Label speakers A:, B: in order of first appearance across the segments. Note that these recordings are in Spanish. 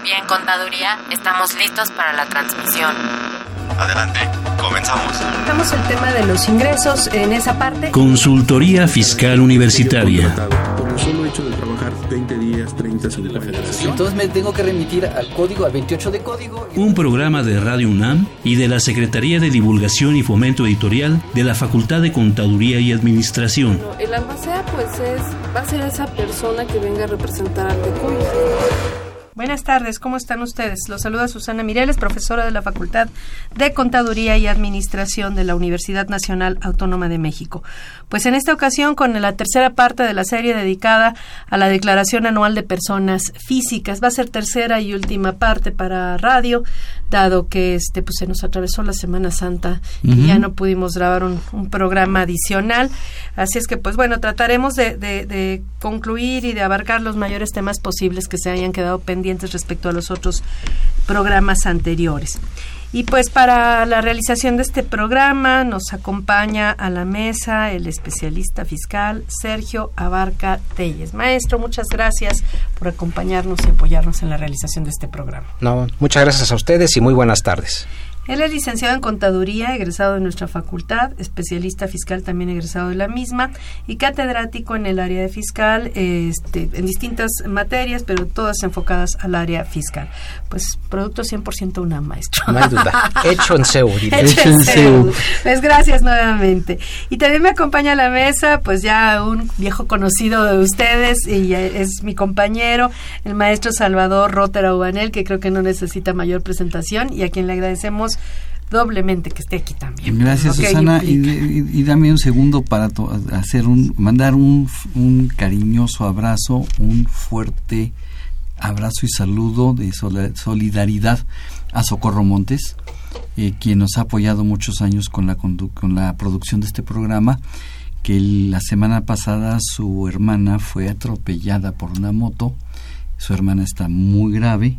A: Y en Contaduría estamos listos para la transmisión.
B: Adelante, comenzamos.
C: Tratamos el tema de los ingresos en esa parte.
D: Consultoría Fiscal Universitaria.
E: Por el solo hecho de trabajar 20 días, 30, 50.
F: Entonces me tengo que remitir al código, al 28 de código.
D: Un programa de Radio UNAM y de la Secretaría de Divulgación y Fomento Editorial de la Facultad de Contaduría y Administración.
G: El albacea va a ser esa persona que venga a representar al TECUM.
C: Buenas tardes, ¿cómo están ustedes? Los saluda Susana Mireles, profesora de la Facultad de Contaduría y Administración de la Universidad Nacional Autónoma de México. Pues en esta ocasión con la tercera parte de la serie dedicada a la Declaración Anual de Personas Físicas. Va a ser tercera y última parte para radio, dado que pues se nos atravesó la Semana Santa y ya no pudimos grabar un programa adicional. Así es que, pues bueno, trataremos de concluir y de abarcar los mayores temas posibles que se hayan quedado pendientes respecto a los otros programas anteriores. Y pues para la realización de este programa nos acompaña a la mesa el especialista fiscal Sergio Abarca Telles. Maestro, muchas gracias por acompañarnos y apoyarnos en la realización de este programa.
H: No, muchas gracias a ustedes y muy buenas tardes.
C: Él es licenciado en Contaduría, egresado de nuestra facultad, especialista fiscal también egresado de la misma y catedrático en el área de fiscal en distintas materias, pero todas enfocadas al área fiscal. Pues producto 100% UNAM, maestro.
H: No hay duda. Hecho en CEU.
C: Hecho en CEU. Pues gracias nuevamente. Y también me acompaña a la mesa, pues ya un viejo conocido de ustedes y es mi compañero, el maestro Salvador Rotera Ubanel, que creo que no necesita mayor presentación y a quien le agradecemos doblemente que esté aquí también.
I: Gracias, Susana, y dame un segundo para mandar un cariñoso abrazo, un fuerte abrazo y saludo de solidaridad a Socorro Montes, quien nos ha apoyado muchos años con la producción de este programa, que la semana pasada su hermana fue atropellada por una moto. Su hermana está muy grave,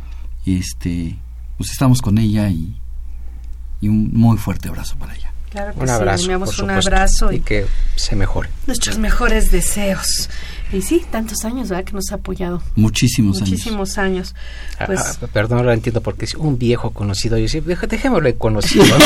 I: pues estamos con ella y un muy fuerte abrazo para ella.
C: Claro que
H: un abrazo,
C: sí, enviamos un abrazo
H: y que se mejore.
C: Nuestros mejores deseos. Y sí, tantos años, ¿verdad? Que nos ha apoyado.
I: Muchísimos
C: años. Pues,
H: perdón, no lo entiendo porque es un viejo conocido. Yo sí, dejémoslo en conocido, ¿no?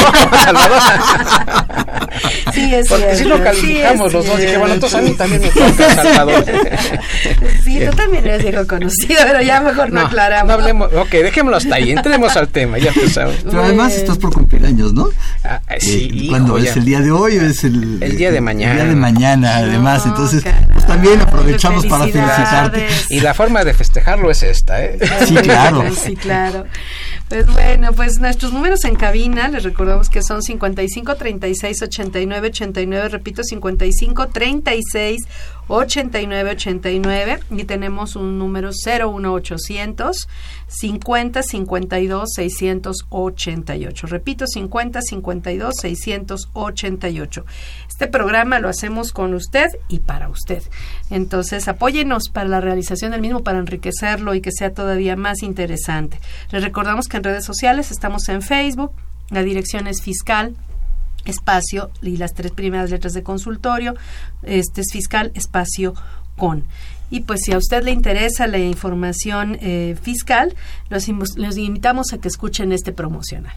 C: Sí, es
H: porque
C: cierto.
H: Si lo calificamos los dos, dije, bueno, entonces a mí también me toca Salvador.
C: Sí, tú también eres viejo conocido, pero ya mejor no aclaramos.
H: No hablemos, dejémoslo hasta ahí, entremos al tema, ya empezamos.
I: Pero además estás por cumplir años, ¿no?
H: Sí,
I: ¿cuándo es el día de hoy o es el
H: día de mañana?
I: El día de mañana, además, entonces, pues también aprovechamos para felicitarte.
H: Y la forma de festejarlo es esta, ¿eh?
I: Sí, claro.
C: Sí, claro. Pues bueno, pues nuestros números en cabina, les recordamos que son 55 36 89 89, repito, 55 36 89 89, y tenemos un número 01800 50 52 688. Repito, 50 52 688. Este programa lo hacemos con usted y para usted. Entonces, apóyenos para la realización del mismo, para enriquecerlo y que sea todavía más interesante. Les recordamos que en redes sociales estamos en Facebook, la dirección es fiscal espacio y las 3 primeras letras de consultorio, es fiscal espacio con. Y pues si a usted le interesa la información fiscal, los invitamos a que escuchen este promocional.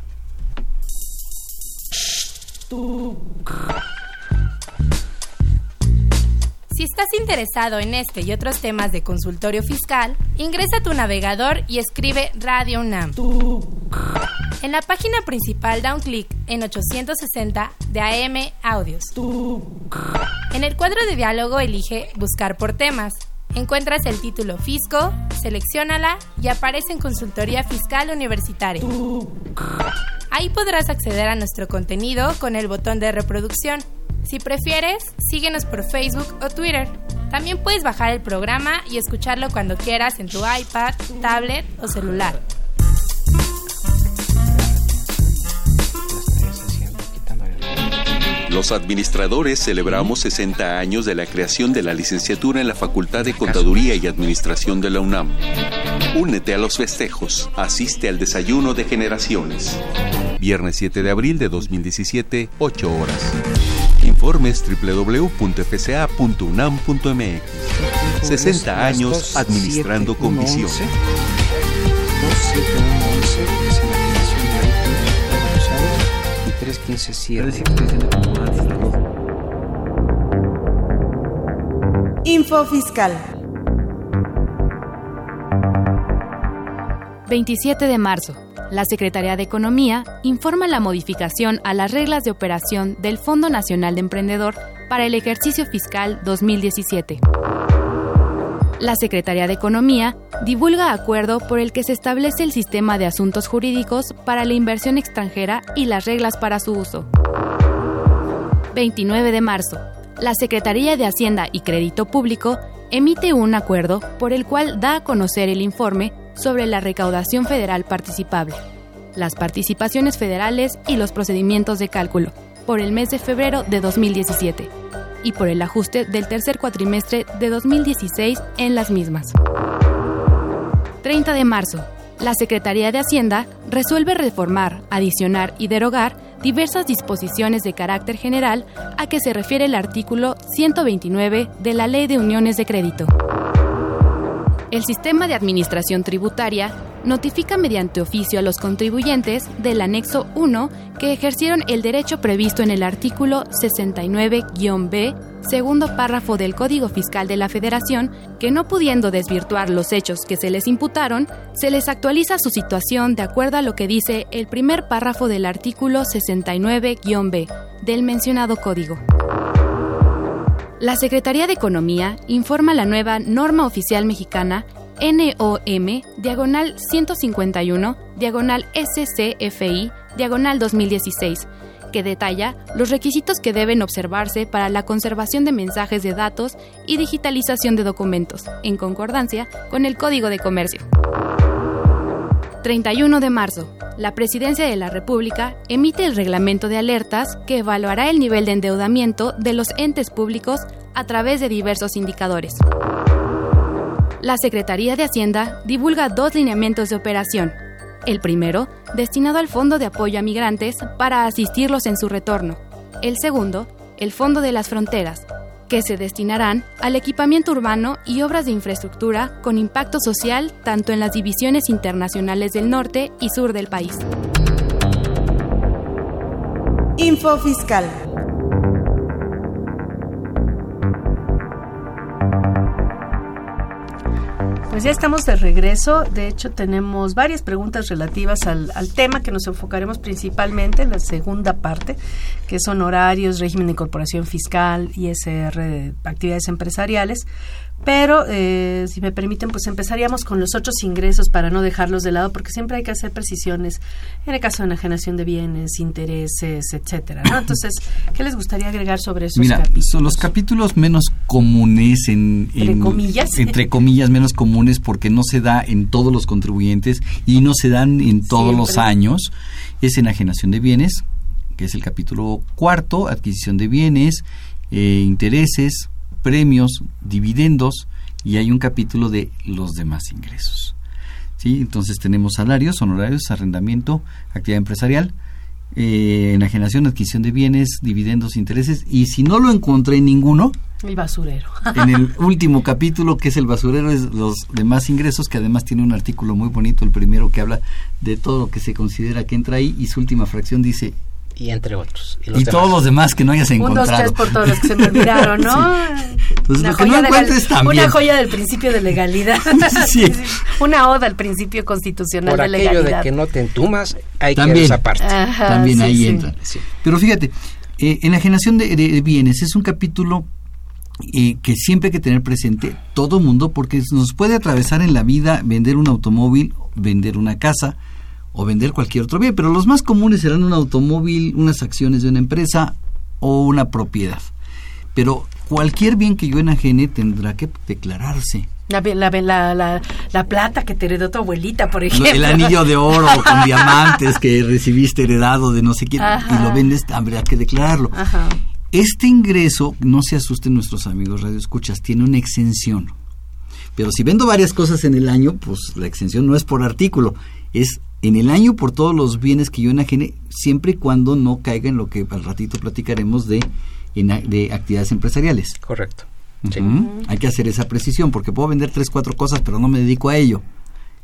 A: Si estás interesado en este y otros temas de consultorio fiscal, ingresa a tu navegador y escribe Radio UNAM. En la página principal da un clic en 860 de AM Audios. En el cuadro de diálogo elige Buscar por temas. Encuentras el título Fisco, selecciónala y aparece en Consultoría Fiscal Universitaria. Ahí podrás acceder a nuestro contenido con el botón de reproducción. Si prefieres, síguenos por Facebook o Twitter. También puedes bajar el programa y escucharlo cuando quieras en tu iPad, tablet o celular.
J: Los administradores celebramos 60 años de la creación de la licenciatura en la Facultad de Contaduría y Administración de la UNAM. Únete a los festejos. Asiste al desayuno de generaciones. Viernes 7 de abril de 2017, 8 horas. Informes www.fca.unam.mx. 60 años administrando con visión.
H: 27111, que es en la creación de la y 315 cierre.
K: Info Fiscal.
A: 27 de marzo. La Secretaría de Economía informa la modificación a las reglas de operación del Fondo Nacional de Emprendedor para el ejercicio fiscal 2017. La Secretaría de Economía divulga acuerdo por el que se establece el sistema de asuntos jurídicos para la inversión extranjera y las reglas para su uso. 29 de marzo. La Secretaría de Hacienda y Crédito Público emite un acuerdo por el cual da a conocer el informe sobre la recaudación federal participable, las participaciones federales y los procedimientos de cálculo por el mes de febrero de 2017 y por el ajuste del tercer cuatrimestre de 2016 en las mismas. 30 de marzo. La Secretaría de Hacienda resuelve reformar, adicionar y derogar diversas disposiciones de carácter general a que se refiere el artículo 129 de la Ley de Uniones de Crédito. El Sistema de Administración Tributaria notifica mediante oficio a los contribuyentes del anexo 1 que ejercieron el derecho previsto en el artículo 69-B, segundo párrafo del Código Fiscal de la Federación, que no pudiendo desvirtuar los hechos que se les imputaron, se les actualiza su situación de acuerdo a lo que dice el primer párrafo del artículo 69-B del mencionado código. La Secretaría de Economía informa la nueva Norma Oficial Mexicana NOM-151-SCFI-2016, que detalla los requisitos que deben observarse para la conservación de mensajes de datos y digitalización de documentos, en concordancia con el Código de Comercio. 31 de marzo. La Presidencia de la República emite el reglamento de alertas que evaluará el nivel de endeudamiento de los entes públicos a través de diversos indicadores. La Secretaría de Hacienda divulga 2 lineamientos de operación. El primero, destinado al Fondo de Apoyo a Migrantes para asistirlos en su retorno. El segundo, el Fondo de las Fronteras, que se destinarán al equipamiento urbano y obras de infraestructura con impacto social tanto en las divisiones internacionales del norte y sur del país.
K: Info Fiscal.
C: Pues ya estamos de regreso. De hecho, tenemos varias preguntas relativas al tema que nos enfocaremos principalmente en la segunda parte, que son horarios, régimen de incorporación fiscal, ISR, actividades empresariales. Pero, si me permiten, pues empezaríamos con los otros ingresos para no dejarlos de lado, porque siempre hay que hacer precisiones en el caso de enajenación de bienes, intereses, etcétera, ¿no? Entonces, ¿qué les gustaría agregar sobre esos capítulos?
I: Son los capítulos menos comunes entre comillas, menos comunes porque no se da en todos los contribuyentes y no se dan en todos los años. Es enajenación de bienes, que es el capítulo 4, adquisición de bienes, intereses, premios, dividendos, y hay un capítulo de los demás ingresos. ¿Sí? Entonces tenemos salarios, honorarios, arrendamiento, actividad empresarial, enajenación, adquisición de bienes, dividendos, intereses, y si no lo encontré en ninguno,
C: el basurero.
I: En el último capítulo, que es el basurero, es los demás ingresos, que además tiene un artículo muy bonito, el primero, que habla de todo lo que se considera que entra ahí, y su última fracción dice:
H: y entre otros.
I: Y todos los demás que no hayas encontrado.
C: 1, 2, 3 por todos los que se me olvidaron, ¿no?
I: Sí. Entonces, lo que no encuentres también.
C: Una joya del principio de legalidad.
I: Sí.
C: Una oda al principio constitucional
H: por
C: de legalidad.
H: Por aquello de que no te entumas, hay
I: también,
H: que esa parte.
C: Ajá,
I: también
C: sí,
I: ahí
C: sí.
I: entra. Sí. Pero fíjate, enajenación de bienes es un capítulo que siempre hay que tener presente todo mundo, porque nos puede atravesar en la vida vender un automóvil, vender una casa o vender cualquier otro bien, pero los más comunes serán un automóvil, unas acciones de una empresa o una propiedad. Pero cualquier bien que yo enajene tendrá que declararse.
C: La plata que te heredó tu abuelita, por ejemplo.
I: El anillo de oro con diamantes que recibiste heredado de no sé quién. Ajá. Y lo vendes, habría que declararlo.
C: Ajá.
I: Este ingreso, no se asusten nuestros amigos radioescuchas, tiene una exención. Pero si vendo varias cosas en el año, pues la exención no es por artículo, es en el año por todos los bienes que yo enajené, siempre y cuando no caiga en lo que al ratito platicaremos de actividades empresariales.
H: Correcto.
I: Sí. Hay que hacer esa precisión, porque puedo vender 3, 4 cosas, pero no me dedico a ello.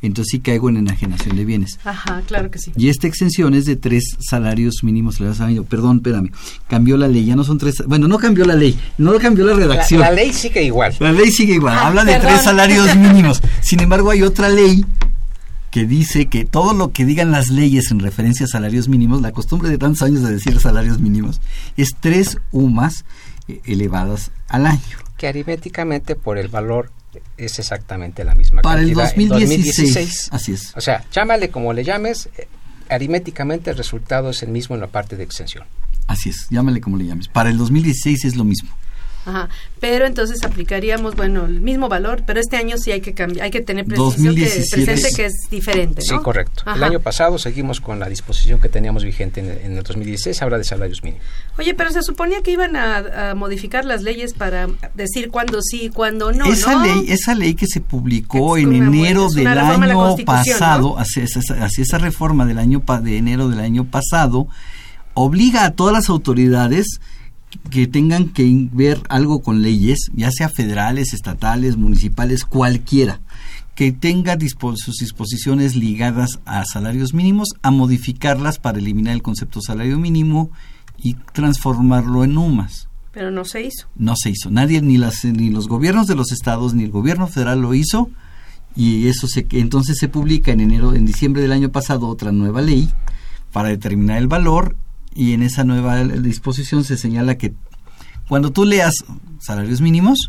I: entonces sí caigo en enajenación de bienes.
C: Ajá, claro que sí.
I: Y esta exención es de 3 salarios mínimos al año. Perdón, espérame. Cambió la ley, ya no son 3. Bueno, no cambió la ley, no cambió la redacción.
F: La ley sigue igual.
I: La ley sigue igual, habla de 3 salarios mínimos. Sin embargo, hay otra ley que dice que todo lo que digan las leyes en referencia a salarios mínimos, la costumbre de tantos años de decir salarios mínimos, es 3 UMAS elevadas al año.
F: Que aritméticamente por el valor es exactamente la misma
I: para
F: cantidad.
I: El 2016, así es.
F: O sea, llámale como le llames, aritméticamente el resultado es el mismo en la parte de exención.
I: Así es, llámale como le llames. Para el 2016 es lo mismo.
C: Ajá, pero entonces aplicaríamos, bueno, el mismo valor, pero este año sí hay que cambiar, hay que tener presente que es diferente, ¿no?
F: Sí, correcto.
C: Ajá.
F: El año pasado seguimos con la disposición que teníamos vigente en el 2016, habla de salarios mínimos.
C: Oye, pero se suponía que iban a modificar las leyes para decir cuándo sí, cuándo no,
I: esa ley que se publicó en enero del año pasado, ¿no? hacia esa reforma del año de enero del año pasado, obliga a todas las autoridades que tengan que ver algo con leyes, ya sea federales, estatales, municipales, cualquiera, que tenga sus disposiciones ligadas a salarios mínimos, a modificarlas para eliminar el concepto salario mínimo y transformarlo en UMAS.
C: Pero no se hizo.
I: No se hizo. Nadie, ni los gobiernos de los estados, ni el gobierno federal lo hizo, y eso entonces se publica en diciembre del año pasado otra nueva ley para determinar el valor. Y en esa nueva disposición se señala que cuando tú leas salarios mínimos,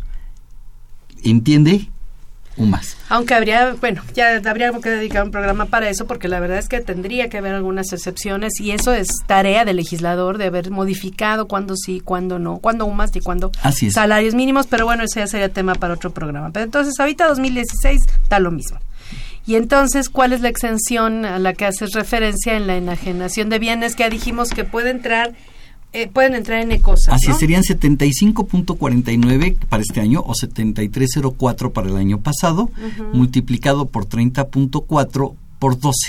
I: entiende UMAS.
C: Aunque ya habría que dedicar un programa para eso, porque la verdad es que tendría que haber algunas excepciones, y eso es tarea del legislador de haber modificado cuándo sí, cuándo no, cuándo UMAS y cuándo salarios mínimos, pero bueno, ese ya sería tema para otro programa. Pero entonces ahorita 2016 da lo mismo. Y entonces, ¿cuál es la exención a la que haces referencia en la enajenación de bienes? Que ya dijimos que pueden entrar en ECOSA,
I: así,
C: ¿no?
I: Serían 75.49 para este año o 73.04 para el año pasado, multiplicado por 30.4 por 12.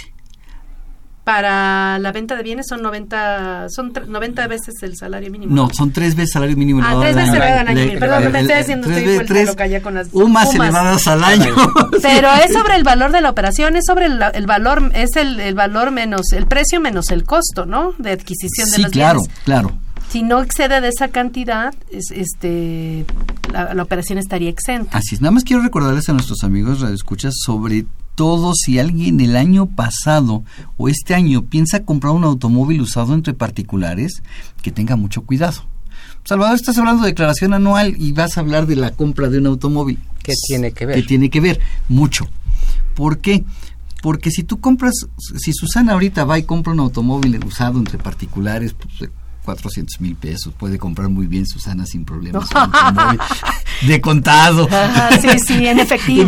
C: Para la venta de bienes son 90 veces el salario mínimo.
I: No, son 3 veces salario mínimo.
C: 3 veces elevado al año. Perdón, me estoy haciendo, estoy vuelta loca ya con las
I: UMAS elevadas al año.
C: Pero es sobre el valor de la operación, es sobre el valor, es el valor menos, el precio menos el costo, ¿no? De adquisición de los bienes.
I: Sí, claro.
C: Si no excede de esa cantidad, la operación estaría exenta.
I: Así es. Nada más quiero recordarles a nuestros amigos radioescuchas sobre todo si alguien el año pasado o este año piensa comprar un automóvil usado entre particulares, que tenga mucho cuidado. Salvador, estás hablando de declaración anual y vas a hablar de la compra de un automóvil.
F: ¿Qué tiene que ver?
I: ¿Qué tiene que ver? Mucho. ¿Por qué? Porque si Susana ahorita va y compra un automóvil usado entre particulares, pues 400,000 pesos, puede comprar muy bien Susana sin problemas un automóvil de contado.
C: Sí, en efectivo.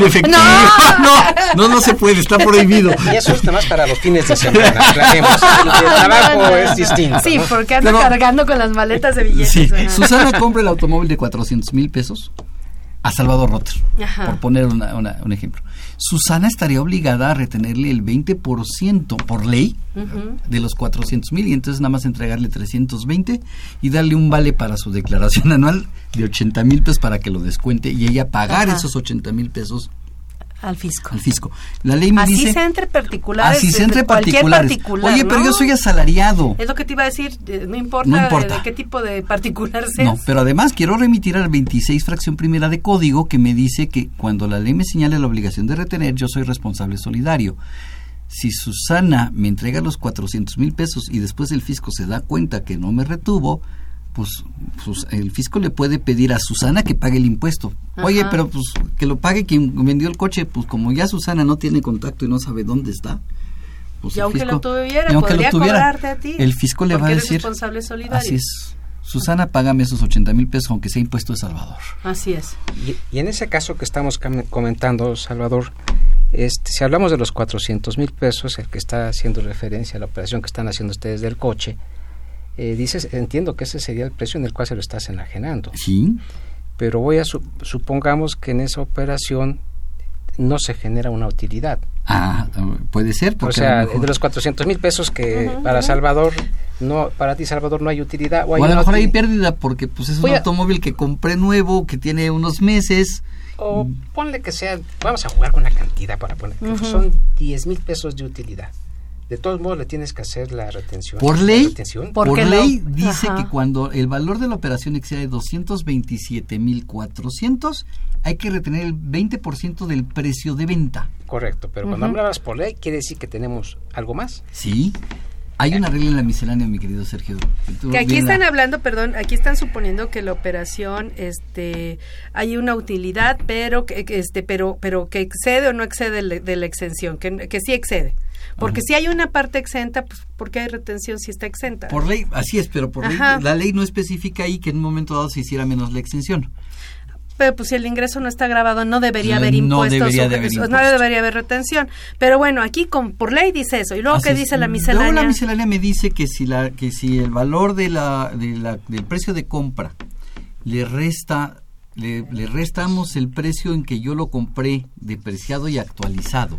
I: No se puede, está prohibido.
F: Y eso es más para los fines de semana. El trabajo es distinto.
C: Sí, porque anda cargando con las maletas de billetes.
I: Sí. Susana compra el automóvil de 400,000 pesos a Salvador Rotter, por poner un ejemplo. Susana estaría obligada a retenerle el 20% por ley de los 400,000, y entonces nada más entregarle 320 y darle un vale para su declaración anual de 80,000 pesos para que lo descuente y ella pagar esos 80,000 pesos al fisco. La ley me dice...
C: Así sea entre particulares.
I: Así sea entre particulares. Oye, pero yo soy asalariado.
C: Es lo que te iba a decir, no importa. De qué tipo de particular seas.
I: No, pero además quiero remitir al 26 fracción primera de código, que me dice que cuando la ley me señale la obligación de retener, yo soy responsable solidario. Si Susana me entrega los 400,000 pesos y después el fisco se da cuenta que no me retuvo, pues el fisco le puede pedir a Susana que pague el impuesto. Oye, pero pues que lo pague quien vendió el coche, pues como ya Susana no tiene contacto y no sabe dónde está. Pues
C: y aunque lo tuviera, podría cobrarte a ti.
I: El fisco le va a decir,
C: responsable solidario.
I: Así es. Susana, págame esos 80,000 pesos aunque sea impuesto de Salvador.
C: Así es.
F: Y en ese caso que estamos comentando, Salvador, si hablamos de los 400,000 pesos, el que está haciendo referencia a la operación que están haciendo ustedes del coche, entiendo que ese sería el precio en el cual se lo estás enajenando.
I: Sí.
F: Pero supongamos que en esa operación no se genera una utilidad.
I: Puede ser.
F: O sea, de los 400,000 pesos que para Salvador no, para ti, Salvador, no hay utilidad.
I: O a lo mejor hay pérdida porque pues es un automóvil que compré nuevo, que tiene unos meses.
F: O ponle que sea, vamos a jugar con una cantidad para poner, son 10,000 pesos de utilidad. De todos modos le tienes que hacer la retención.
I: Por ley,
F: por
I: ley dice que cuando el valor de la operación excede 227,400, hay que retener el 20% del precio de venta.
F: Correcto, pero cuando hablabas por ley, ¿quiere decir que tenemos algo más?
I: Sí. Hay una regla en la miscelánea, mi querido Sergio.
C: Que aquí están hablando, aquí están suponiendo que la operación, hay una utilidad, pero que excede o no excede de la exención, que sí excede. Porque si hay una parte exenta, pues ¿por qué hay retención si está exenta?
I: Por ley, así es, pero por ley, la ley no especifica ahí que en un momento dado se hiciera menos la exención.
C: Pero pues si el ingreso no está grabado no debería haber impuestos, no debería haber retención. Pero bueno, aquí por ley dice eso. Y luego ¿qué dice la miscelánea?
I: Luego la miscelánea me dice que si el valor del precio de compra le restamos el precio en que yo lo compré depreciado y actualizado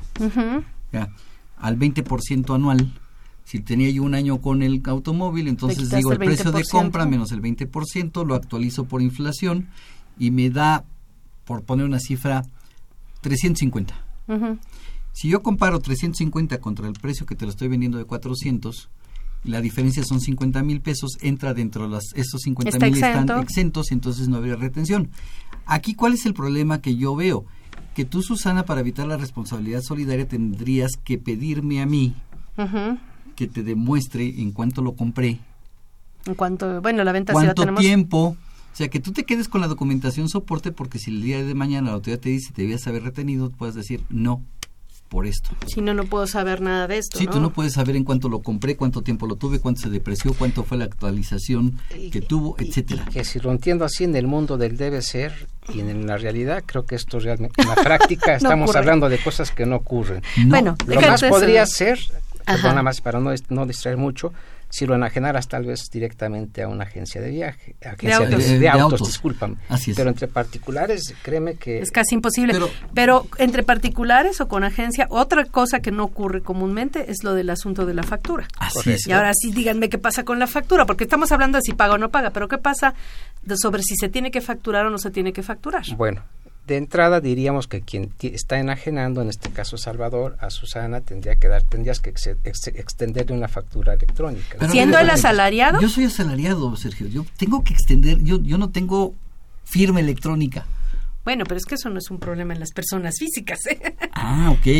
I: al 20% anual. Si tenía yo un año con el automóvil, entonces digo el precio de compra menos el 20%, lo actualizo por inflación y me da, por poner una cifra, 350. Si yo comparo 350 contra el precio que te lo estoy vendiendo de 400, la diferencia son 50,000 pesos, entra dentro de esos 50,000 están exentos, entonces no habría retención. Aquí, ¿cuál es el problema que yo veo? Que tú, Susana, para evitar la responsabilidad solidaria tendrías que pedirme a mí que te demuestre en cuánto lo compré.
C: En cuanto, la venta
I: sí la tenemos. ¿Cuánto tiempo? O sea, que tú te quedes con la documentación soporte porque si el día de mañana la autoridad te dice te debías haber retenido, puedes decir no, por esto.
C: Si no puedo saber nada de esto,
I: Sí, tú no puedes saber en cuánto lo compré, cuánto tiempo lo tuve, cuánto se depreció, cuánto fue la actualización que tuvo, etcétera.
F: Que si lo entiendo así en el mundo del debe ser y en la realidad, creo que esto realmente, en la práctica estamos hablando de cosas que no ocurren.
C: Bueno,
F: lo más podría ser, nada más para no distraer mucho, si lo enajenaras tal vez directamente a una agencia de viaje, de autos, discúlpame.
I: Así es.
F: Pero entre particulares, créeme que...
C: Es casi imposible. Pero entre particulares o con agencia, otra cosa que no ocurre comúnmente es lo del asunto de la factura.
I: Así es.
C: Y ahora sí, díganme qué pasa con la factura, porque estamos hablando de si paga o no paga, pero ¿qué pasa sobre si se tiene que facturar o no se tiene que facturar?
F: Bueno, de entrada diríamos que quien está enajenando, en este caso Salvador, a Susana, tendrías que extenderle una factura electrónica.
C: Pero ¿siendo el asalariado?
I: Yo soy asalariado, Sergio. Yo tengo que extender, yo no tengo firma electrónica.
C: Bueno, pero es que eso no es un problema en las personas físicas, ¿eh?
I: Ah, ok.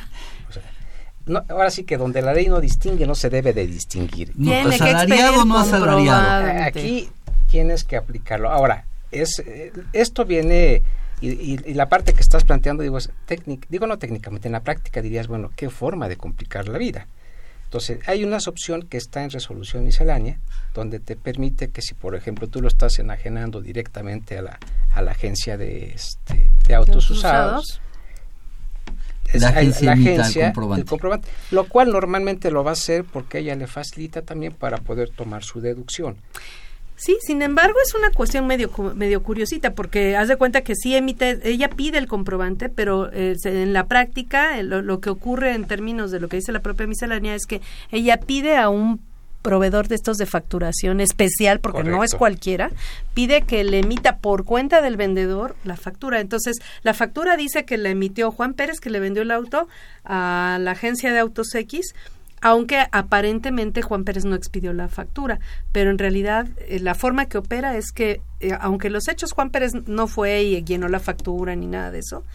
F: No, ahora sí que donde la ley no distingue, no se debe de distinguir.
I: No, asalariado o no asalariado.
F: Aquí tienes que aplicarlo. Ahora, esto viene... Y la parte que estás planteando, no técnicamente, en la práctica dirías, bueno, ¿qué forma de complicar la vida? Entonces, hay una opción que está en resolución miscelánea, donde te permite que si, por ejemplo, tú lo estás enajenando directamente a la agencia de autos usados,
I: la agencia
F: el comprobante, lo cual normalmente lo va a hacer porque ella le facilita también para poder tomar su deducción.
C: Sí, sin embargo es una cuestión medio curiosita porque haz de cuenta que sí ella pide el comprobante, pero en la práctica lo que ocurre en términos de lo que dice la propia miscelánea es que ella pide a un proveedor de estos de facturación especial, porque no es cualquiera, pide que le emita por cuenta del vendedor la factura. Entonces, la factura dice que la emitió Juan Pérez, que le vendió el auto a la agencia de Autos X, aunque aparentemente Juan Pérez no expidió la factura, pero en realidad la forma que opera es que aunque los hechos Juan Pérez no fue y llenó la factura ni nada de eso,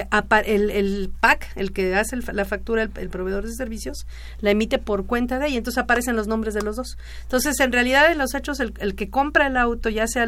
C: el PAC, el que hace la factura, el proveedor de servicios, la emite por cuenta de ella, entonces aparecen los nombres de los dos. Entonces, en realidad en los hechos el que compra el auto, ya sea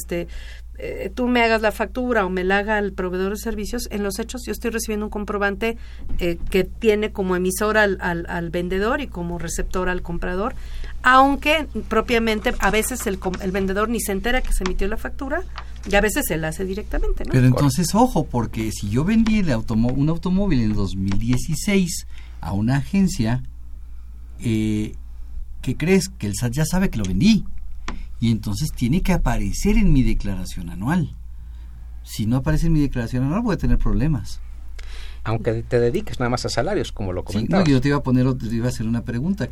C: tú me hagas la factura o me la haga el proveedor de servicios, en los hechos yo estoy recibiendo un comprobante que tiene como emisor al vendedor y como receptor al comprador, aunque propiamente a veces el vendedor ni se entera que se emitió la factura y a veces se la hace directamente, ¿no?
I: Pero entonces, ojo, porque si yo vendí un automóvil en el 2016 a una agencia, ¿qué crees? Que el SAT ya sabe que lo vendí. Y entonces tiene que aparecer en mi declaración anual. Si no aparece en mi declaración anual, voy a tener problemas.
F: Aunque te dediques nada más a salarios, como lo comentabas.
I: Sí, no, yo te iba a hacer una pregunta.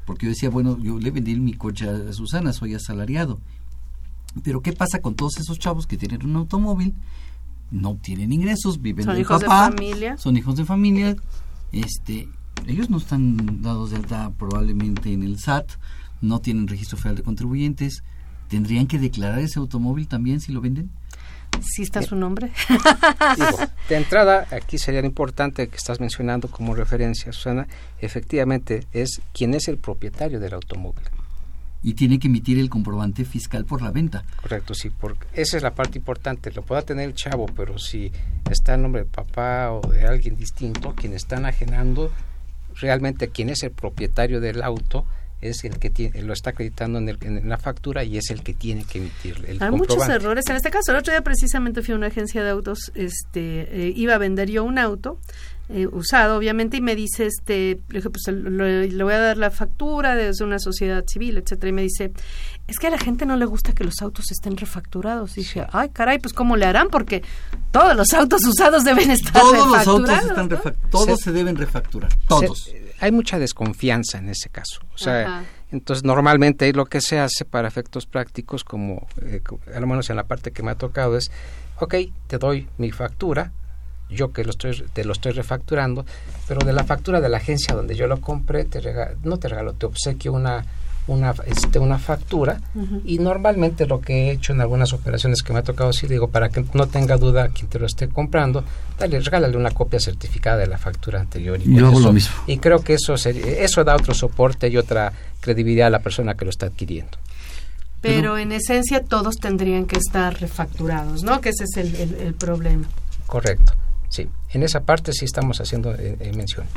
I: Porque yo decía, bueno, yo le vendí mi coche a Susana, soy asalariado. Pero ¿qué pasa con todos esos chavos que tienen un automóvil? No tienen ingresos, viven del papá. Son hijos de familia. Son hijos de familia. Ellos no están dados de alta probablemente en el SAT, no tienen registro federal de contribuyentes. ¿Tendrían que declarar ese automóvil también si lo venden?
C: ¿Sí está su nombre?
F: Digo, de entrada, aquí sería importante que estás mencionando como referencia, Susana, efectivamente es quién es el propietario del automóvil.
I: Y tiene que emitir el comprobante fiscal por la venta.
F: Correcto, sí, porque esa es la parte importante. Lo pueda tener el chavo, pero si está el nombre de papá o de alguien distinto, quien está enajenando, realmente quien es el propietario del auto es el que lo está acreditando en la factura y es el que tiene que emitir el comprobante.
C: Hay muchos errores en este caso. El otro día precisamente fui a una agencia de autos, iba a vender yo un auto usado, obviamente, y me dice, le dije, pues le voy a dar la factura desde una sociedad civil, etcétera, y me dice, es que a la gente no le gusta que los autos estén refacturados. Y dije, ay, caray, pues ¿cómo le harán? Porque todos los autos usados deben estar refacturados.
I: Todos los autos están todos se deben refacturar, todos.
F: Hay mucha desconfianza en ese caso. O sea, entonces normalmente lo que se hace para efectos prácticos, como a lo menos en la parte que me ha tocado, es, ok, te doy mi factura, yo que te lo estoy refacturando, pero de la factura de la agencia donde yo lo compré, te obsequio una factura, y normalmente lo que he hecho en algunas operaciones que me ha tocado, sí digo, para que no tenga duda quien te lo esté comprando, regálale una copia certificada de la factura anterior. Y
I: yo hago lo mismo.
F: Y creo que eso da otro soporte y otra credibilidad a la persona que lo está adquiriendo.
C: Pero en esencia todos tendrían que estar refacturados, ¿no? Que ese es el problema.
F: Correcto, sí. En esa parte sí estamos haciendo mención.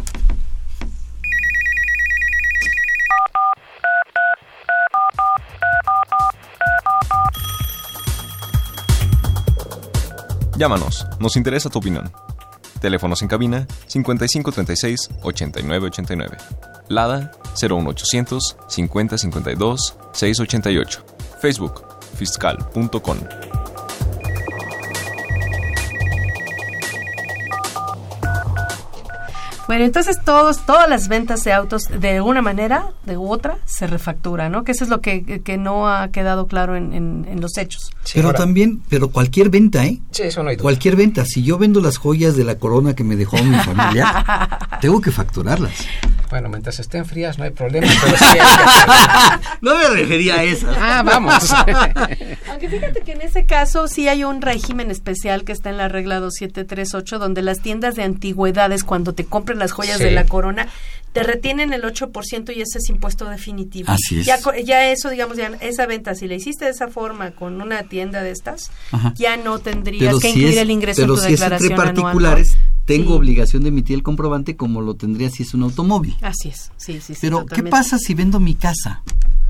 B: Llámanos, nos interesa tu opinión. Teléfonos en cabina 5536-8989. Lada 01800 5052 688. Facebook fiscal.com.
C: Bueno, entonces todas las ventas de autos de una manera, de otra, se refacturan, ¿no? Que eso es lo que no ha quedado claro en los hechos.
I: Sí, pero también, cualquier venta, ¿eh?
F: Sí, eso no hay duda.
I: Cualquier venta. Si yo vendo las joyas de la corona que me dejó mi familia, tengo que facturarlas.
F: Bueno, mientras estén frías no hay problema, pero sí hay que hacerlo.
I: No me refería a eso.
F: Vamos.
C: Aunque fíjate que en ese caso sí hay un régimen especial que está en la regla 2738, donde las tiendas de antigüedades, cuando te compren las joyas de la corona, te retienen el 8% y ese es impuesto definitivo.
I: Así es.
C: Ya eso, digamos, ya esa venta, si la hiciste de esa forma con una tienda de estas, ya no tendrías que incluir el ingreso en tu declaración anual.
I: Pero si es entre particulares, tengo obligación de emitir el comprobante como lo tendría si es un automóvil.
C: Así es, sí.
I: Pero, ¿qué pasa si vendo mi casa?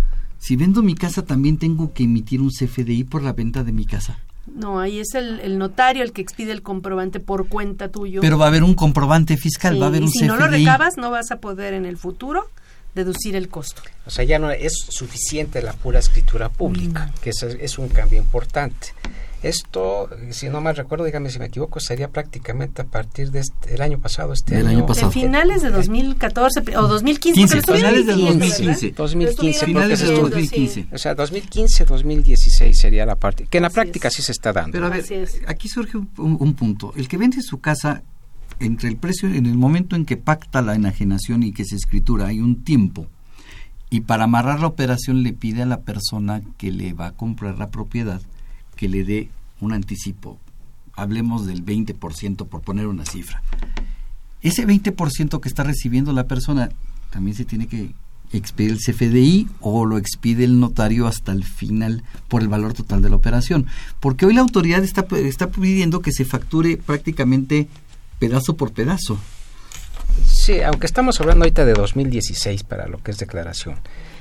I: Si vendo mi casa, también tengo que emitir un CFDI por la venta de mi casa.
C: No, ahí es el notario el que expide el comprobante por cuenta tuyo.
I: Pero va a haber un comprobante fiscal, va a haber un CFDI. Si no lo
C: recabas, no vas a poder en el futuro deducir el costo.
F: O sea, ya no es suficiente la pura escritura pública, que es un cambio importante. Esto, si no mal recuerdo, dígame si me equivoco, sería prácticamente a partir de el año pasado,
I: año pasado.
C: De finales de 2014 o 2015.
I: Finales de 2015.
F: 2015.
I: Finales de 2015.
F: Sí. O sea, 2015, 2016 sería la parte, que en la práctica sí se está dando.
I: Pero a ver, aquí surge un punto. El que vende su casa, entre el precio, en el momento en que pacta la enajenación y que se escritura, hay un tiempo. Y para amarrar la operación le pide a la persona que le va a comprar la propiedad que le dé un anticipo, hablemos del 20% por poner una cifra. Ese 20% que está recibiendo la persona también se tiene que expedir el CFDI o lo expide el notario hasta el final por el valor total de la operación, porque hoy la autoridad está pidiendo que se facture prácticamente pedazo por pedazo.
F: Sí, aunque estamos hablando ahorita de 2016 para lo que es declaración.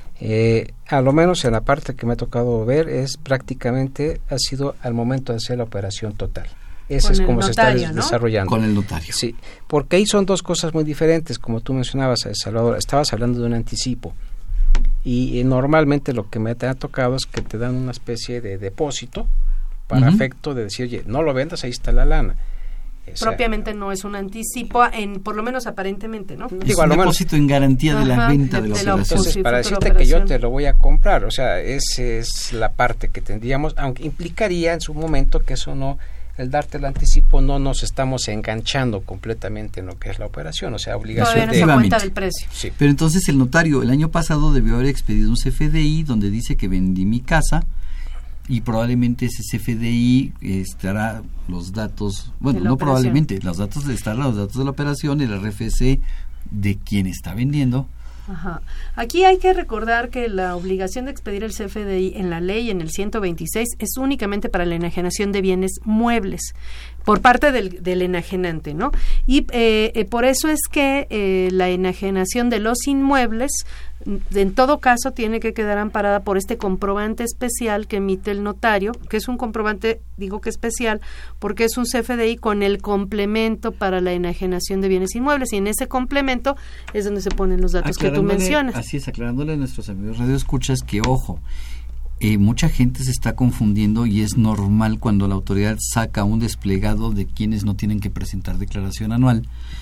F: A lo menos en la parte que me ha tocado ver es prácticamente ha sido al momento de hacer la operación total. Ese es como notario, se está desarrollando.
I: Con el notario.
F: Sí, porque ahí son dos cosas muy diferentes, como tú mencionabas, Salvador. Estabas hablando de un anticipo y normalmente lo que me ha tocado es que te dan una especie de depósito para efecto de decir, oye, no lo vendas, ahí está la lana.
C: propiamente no es un anticipo, por lo menos aparentemente, ¿no?
I: Es un depósito en garantía de la venta de la operación.
F: Entonces, para decirte que yo te lo voy a comprar, o sea, esa es la parte que tendríamos, aunque implicaría en su momento que eso no, el darte el anticipo, no nos estamos enganchando completamente en lo que es la operación, o sea, obligación
C: de cuenta del precio.
I: Sí. Pero entonces el notario el año pasado debió haber expedido un CFDI donde dice que vendí mi casa, y probablemente ese CFDI estará los datos, bueno, no probablemente, los datos de la operación, el RFC de quien está vendiendo.
C: Ajá. Aquí hay que recordar que la obligación de expedir el CFDI en la ley, en el 126, es únicamente para la enajenación de bienes muebles por parte del enajenante, ¿no? Y por eso es que la enajenación de los inmuebles, en todo caso, tiene que quedar amparada por este comprobante especial que emite el notario, que es un comprobante, digo que especial, porque es un CFDI con el complemento para la enajenación de bienes inmuebles, y en ese complemento es donde se ponen los datos que tú mencionas.
I: Así es, aclarándole a nuestros amigos radioescuchas que, ojo, mucha gente se está confundiendo y es normal cuando la autoridad saca un desplegado de quienes no tienen que presentar declaración anual.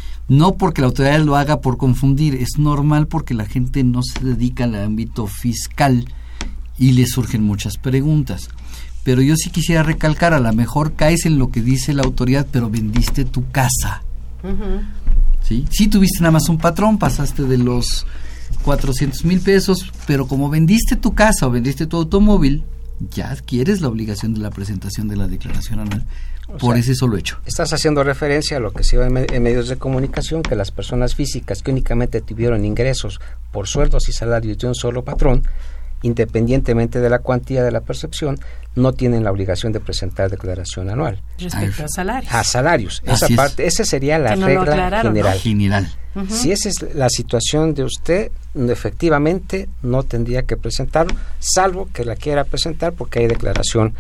I: No porque la autoridad lo haga por confundir, es normal porque la gente no se dedica al ámbito fiscal y le surgen muchas preguntas. Pero yo sí quisiera recalcar, a lo mejor caes en lo que dice la autoridad, pero vendiste tu casa. Uh-huh. ¿Sí? Sí tuviste nada más un patrón, pasaste de los 400,000 pesos, pero como vendiste tu casa o vendiste tu automóvil, ya adquieres la obligación de la presentación de la declaración anual. Por ese solo hecho.
F: Estás haciendo referencia a lo que se ve en medios de comunicación, que las personas físicas que únicamente tuvieron ingresos por sueldos y salarios de un solo patrón, independientemente de la cuantía de la percepción, no tienen la obligación de presentar declaración anual.
C: Respecto a salarios.
F: A salarios. Esa sería la regla general.
C: Uh-huh.
F: Si esa es la situación de usted, efectivamente no tendría que presentarlo, salvo que la quiera presentar porque hay declaración,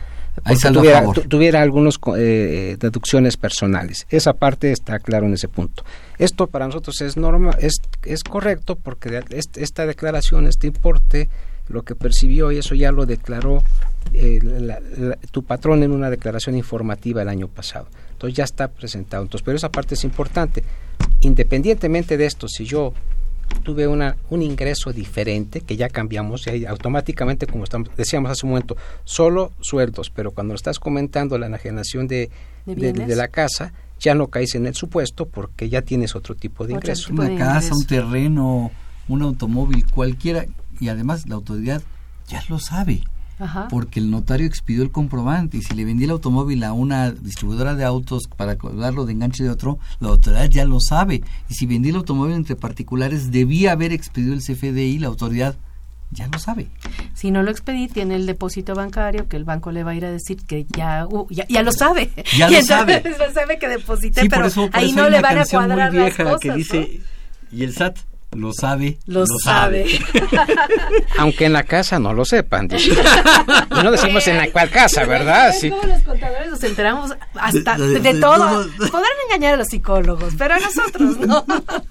F: tuviera algunas deducciones personales. Esa parte está claro en ese punto. Esto para nosotros es normal, es correcto, porque esta declaración, este importe, lo que percibió, y eso ya lo declaró tu patrón en una declaración informativa el año pasado. Entonces ya está presentado. Entonces, pero esa parte es importante. Independientemente de esto, si yo tuve un ingreso diferente, que ya cambiamos, y automáticamente, como decíamos hace un momento, solo sueldos, pero cuando estás comentando la enajenación de la casa, ya no caes en el supuesto porque ya tienes otro tipo de ingreso.
I: Una casa, un terreno, un automóvil, cualquiera, y además la autoridad ya lo sabe. Ajá. Porque el notario expidió el comprobante, y si le vendí el automóvil a una distribuidora de autos para darlo de enganche de otro, la autoridad ya lo sabe. Y si vendí el automóvil entre particulares, debía haber expedido el CFDI, la autoridad ya lo sabe.
C: Si no lo expedí, tiene el depósito bancario, que el banco le va a ir a decir que ya lo sabe.
I: Ya lo sabe.
C: Ya sabe que deposité,
I: sí,
C: pero
I: por eso
C: ahí no le van a cuadrar
I: muy vieja
C: las cosas,
I: que dice, ¿no? Y el SAT lo sabe.
C: Lo sabe.
F: Aunque en la casa no lo sepan. Y no decimos en la cual casa, ¿verdad?
C: Sí. Como los contadores nos enteramos hasta de todo. Podrán engañar a los psicólogos, pero a nosotros no.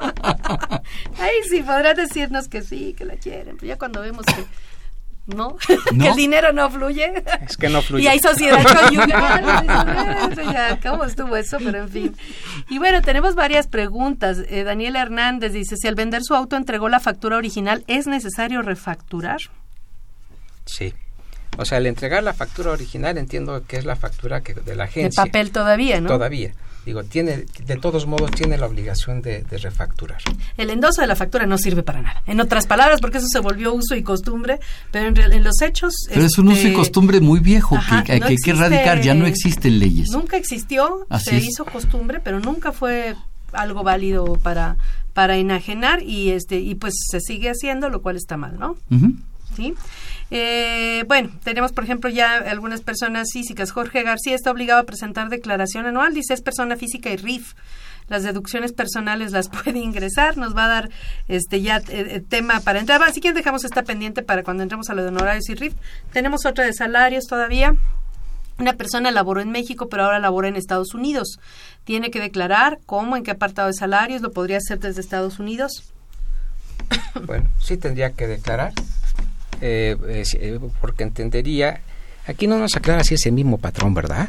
C: Ahí sí podrán decirnos que sí, que la quieren, pero ya cuando vemos que ¿no? Que el dinero no fluye.
F: Es que no fluye.
C: Y hay sociedad conyugal. Ya, ¿cómo estuvo eso? Pero en fin. Y bueno, tenemos varias preguntas. Daniela Hernández dice, si al vender su auto entregó la factura original, ¿es necesario refacturar?
F: Sí. O sea, al entregar la factura original, entiendo que es la factura de la agencia.
C: De papel todavía, ¿no?
F: Todavía. Digo, de todos modos tiene la obligación de refacturar.
C: El endoso de la factura no sirve para nada. En otras palabras, porque eso se volvió uso y costumbre, pero en los hechos...
I: Pero es un uso y costumbre muy viejo, que hay que erradicar, ya no existen leyes.
C: Nunca existió, se hizo costumbre, pero nunca fue algo válido para enajenar, y pues se sigue haciendo, lo cual está mal, ¿no?
I: Uh-huh.
C: ¿Sí? Bueno, tenemos por ejemplo ya algunas personas físicas. Jorge García está obligado a presentar declaración anual, dice, es persona física y RIF. Las deducciones personales las puede ingresar, nos va a dar tema para entrar. Así que dejamos esta pendiente para cuando entremos a lo de honorarios y RIF. Tenemos otra de salarios todavía. Una persona laboró en México, pero ahora labora en Estados Unidos. Tiene que declarar cómo, en qué apartado de salarios, lo podría hacer desde Estados Unidos.
F: Bueno, sí tendría que declarar. Porque entendería, aquí no nos aclara si es el mismo patrón, ¿verdad?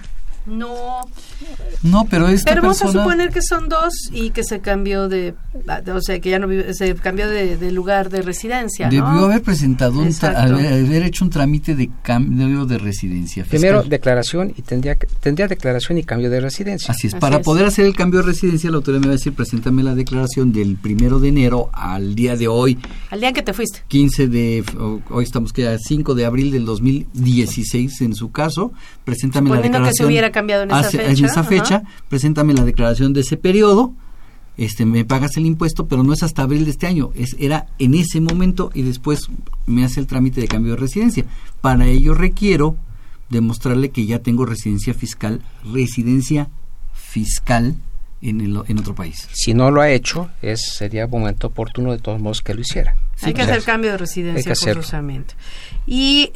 I: No, pero esta
C: vamos
I: persona...
C: a suponer que son dos y que se cambió o sea, que ya no vive, se cambió de lugar de residencia, ¿no?
I: Debió haber presentado haber hecho un trámite de cambio de residencia fiscal.
F: Primero declaración y tendría declaración y cambio de residencia.
I: Así es. Para poder hacer el cambio de residencia, la autoridad me va a decir, preséntame la declaración del 1 de enero al día de hoy.
C: Al día en que te fuiste.
I: 15 de... Hoy estamos que a 5 de abril del 2016 en su caso. Preséntame la declaración.
C: Que se hubiera cambiado en esa fecha.
I: Preséntame la declaración de ese periodo, me pagas el impuesto, pero no es hasta abril de este año, era en ese momento y después me hace el trámite de cambio de residencia. Para ello requiero demostrarle que ya tengo residencia fiscal en otro país.
F: Si no lo ha hecho, sería momento oportuno de todos modos que lo hiciera.
C: Hay que hacer cambio de residencia forzosamente. Y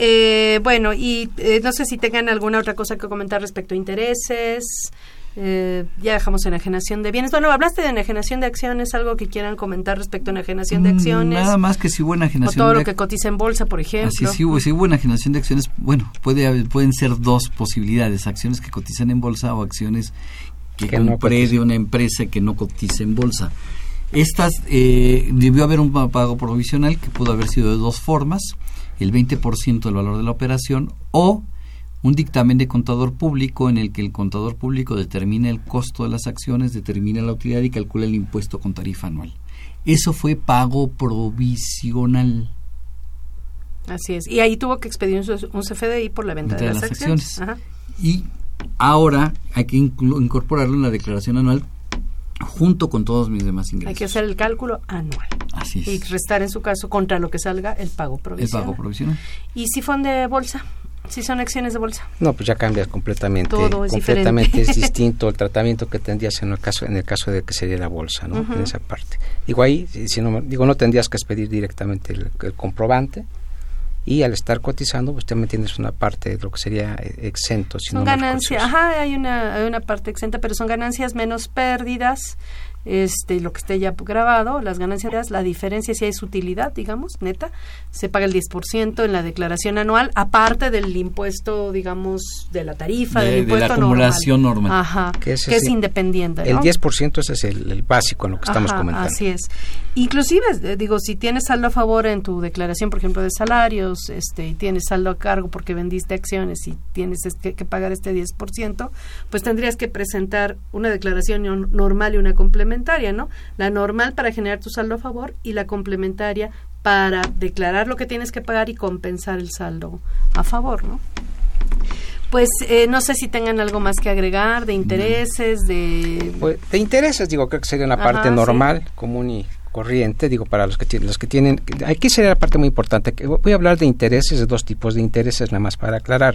C: no sé si tengan alguna otra cosa que comentar respecto a intereses. Ya dejamos enajenación de bienes. Bueno, hablaste de enajenación de acciones, algo que quieran comentar respecto a enajenación de acciones.
I: Nada más que si hubo enajenación
C: o todo lo que cotiza en bolsa, por ejemplo.
I: Así, si hubo enajenación de acciones, bueno, pueden ser dos posibilidades: acciones que cotizan en bolsa o acciones que compré de una empresa que no cotiza en bolsa. Estas debió haber un pago provisional que pudo haber sido de dos formas: el 20% del valor de la operación o un dictamen de contador público en el que el contador público determina el costo de las acciones, determina la utilidad y calcula el impuesto con tarifa anual. Eso fue pago provisional.
C: Así es. Y ahí tuvo que expedir un CFDI por la venta de las acciones. Ajá.
I: Y ahora hay que incorporarlo en la declaración anual junto con todos mis demás ingresos.
C: Hay que hacer el cálculo anual.
I: Así es.
C: Y restar en su caso contra lo que salga el pago provisional. ¿Y si son de bolsa? Si son acciones de bolsa.
F: No, pues ya cambias completamente.
C: Todo es
F: completamente es distinto el tratamiento que tendrías en el caso de que sería la bolsa, ¿no? En esa parte. Digo, ahí no tendrías que expedir directamente el comprobante. Y al estar cotizando, pues también tienes una parte de lo que sería exento.
C: Son ganancias, hay una parte exenta, pero son ganancias menos pérdidas, lo que esté ya grabado, las ganancias, la diferencia si es utilidad, digamos, neta, se paga el 10% en la declaración anual, aparte del impuesto, digamos, de la tarifa, del impuesto
I: de la acumulación normal.
C: Ajá, que es independiente, ¿no?
F: El 10% ese es el básico en lo que estamos comentando.
C: Así es. Inclusive, si tienes saldo a favor en tu declaración, por ejemplo, de salarios, y tienes saldo a cargo porque vendiste acciones y tienes que pagar este 10%, pues tendrías que presentar una declaración normal y una complementaria, ¿no? La normal para generar tu saldo a favor y la complementaria para declarar lo que tienes que pagar y compensar el saldo a favor, ¿no? Pues no sé si tengan algo más que agregar de intereses,
F: Pues, de intereses, creo que sería una parte normal, común y corriente, para los que tienen, aquí sería la parte muy importante. Voy a hablar de intereses, de dos tipos de intereses, nada más para aclarar.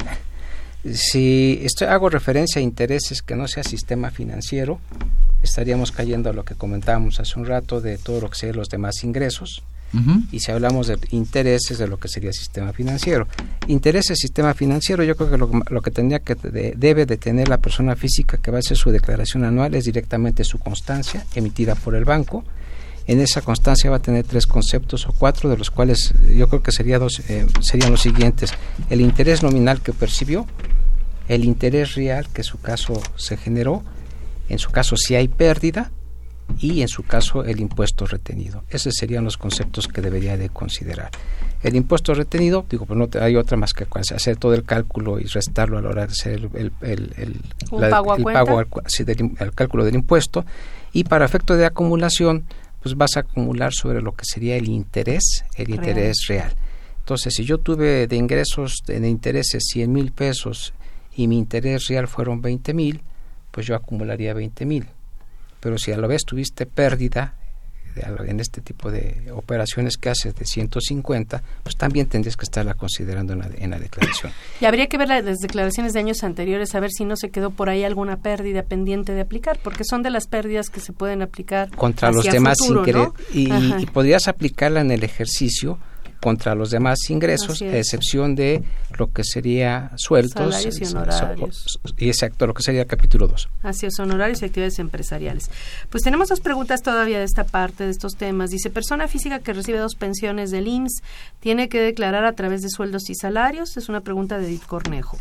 F: Si hago referencia a intereses que no sea sistema financiero, estaríamos cayendo a lo que comentábamos hace un rato de todo lo que serían los demás ingresos. Y si hablamos de intereses, de lo que sería sistema financiero. Intereses, sistema financiero, yo creo que lo que debe de tener la persona física que va a hacer su declaración anual es directamente su constancia emitida por el banco. En esa constancia va a tener 3 conceptos o 4, de los cuales yo creo que serían los siguientes: el interés nominal que percibió, el interés real que en su caso se generó, en su caso si hay pérdida, y en su caso el impuesto retenido. Esos serían los conceptos que debería de considerar. El impuesto retenido, pues no hay otra más que hacer todo el cálculo y restarlo a la hora de hacer el cálculo del impuesto, y para efecto de acumulación pues vas a acumular sobre lo que sería el interés real. Entonces, si yo tuve de ingresos de intereses 100,000 pesos y mi interés real fueron 20,000, pues yo acumularía 20,000. Pero si a la vez tuviste pérdida en este tipo de operaciones que haces de 150, pues también tendrías que estarla considerando en la declaración.
C: Y habría que ver las declaraciones de años anteriores, a ver si no se quedó por ahí alguna pérdida pendiente de aplicar, porque son de las pérdidas que se pueden aplicar
F: contra los demás ingresos, ¿no? y podrías aplicarla en el ejercicio contra los demás ingresos, a excepción de lo que sería sueldos,
C: salarios y honorarios.
F: Y exacto, lo que sería el capítulo 2.
C: Así es, honorarios y actividades empresariales. Pues tenemos 2 preguntas todavía de esta parte, de estos temas. Dice, persona física que recibe 2 pensiones del IMSS, ¿tiene que declarar a través de sueldos y salarios? Es una pregunta de Edith Cornejo.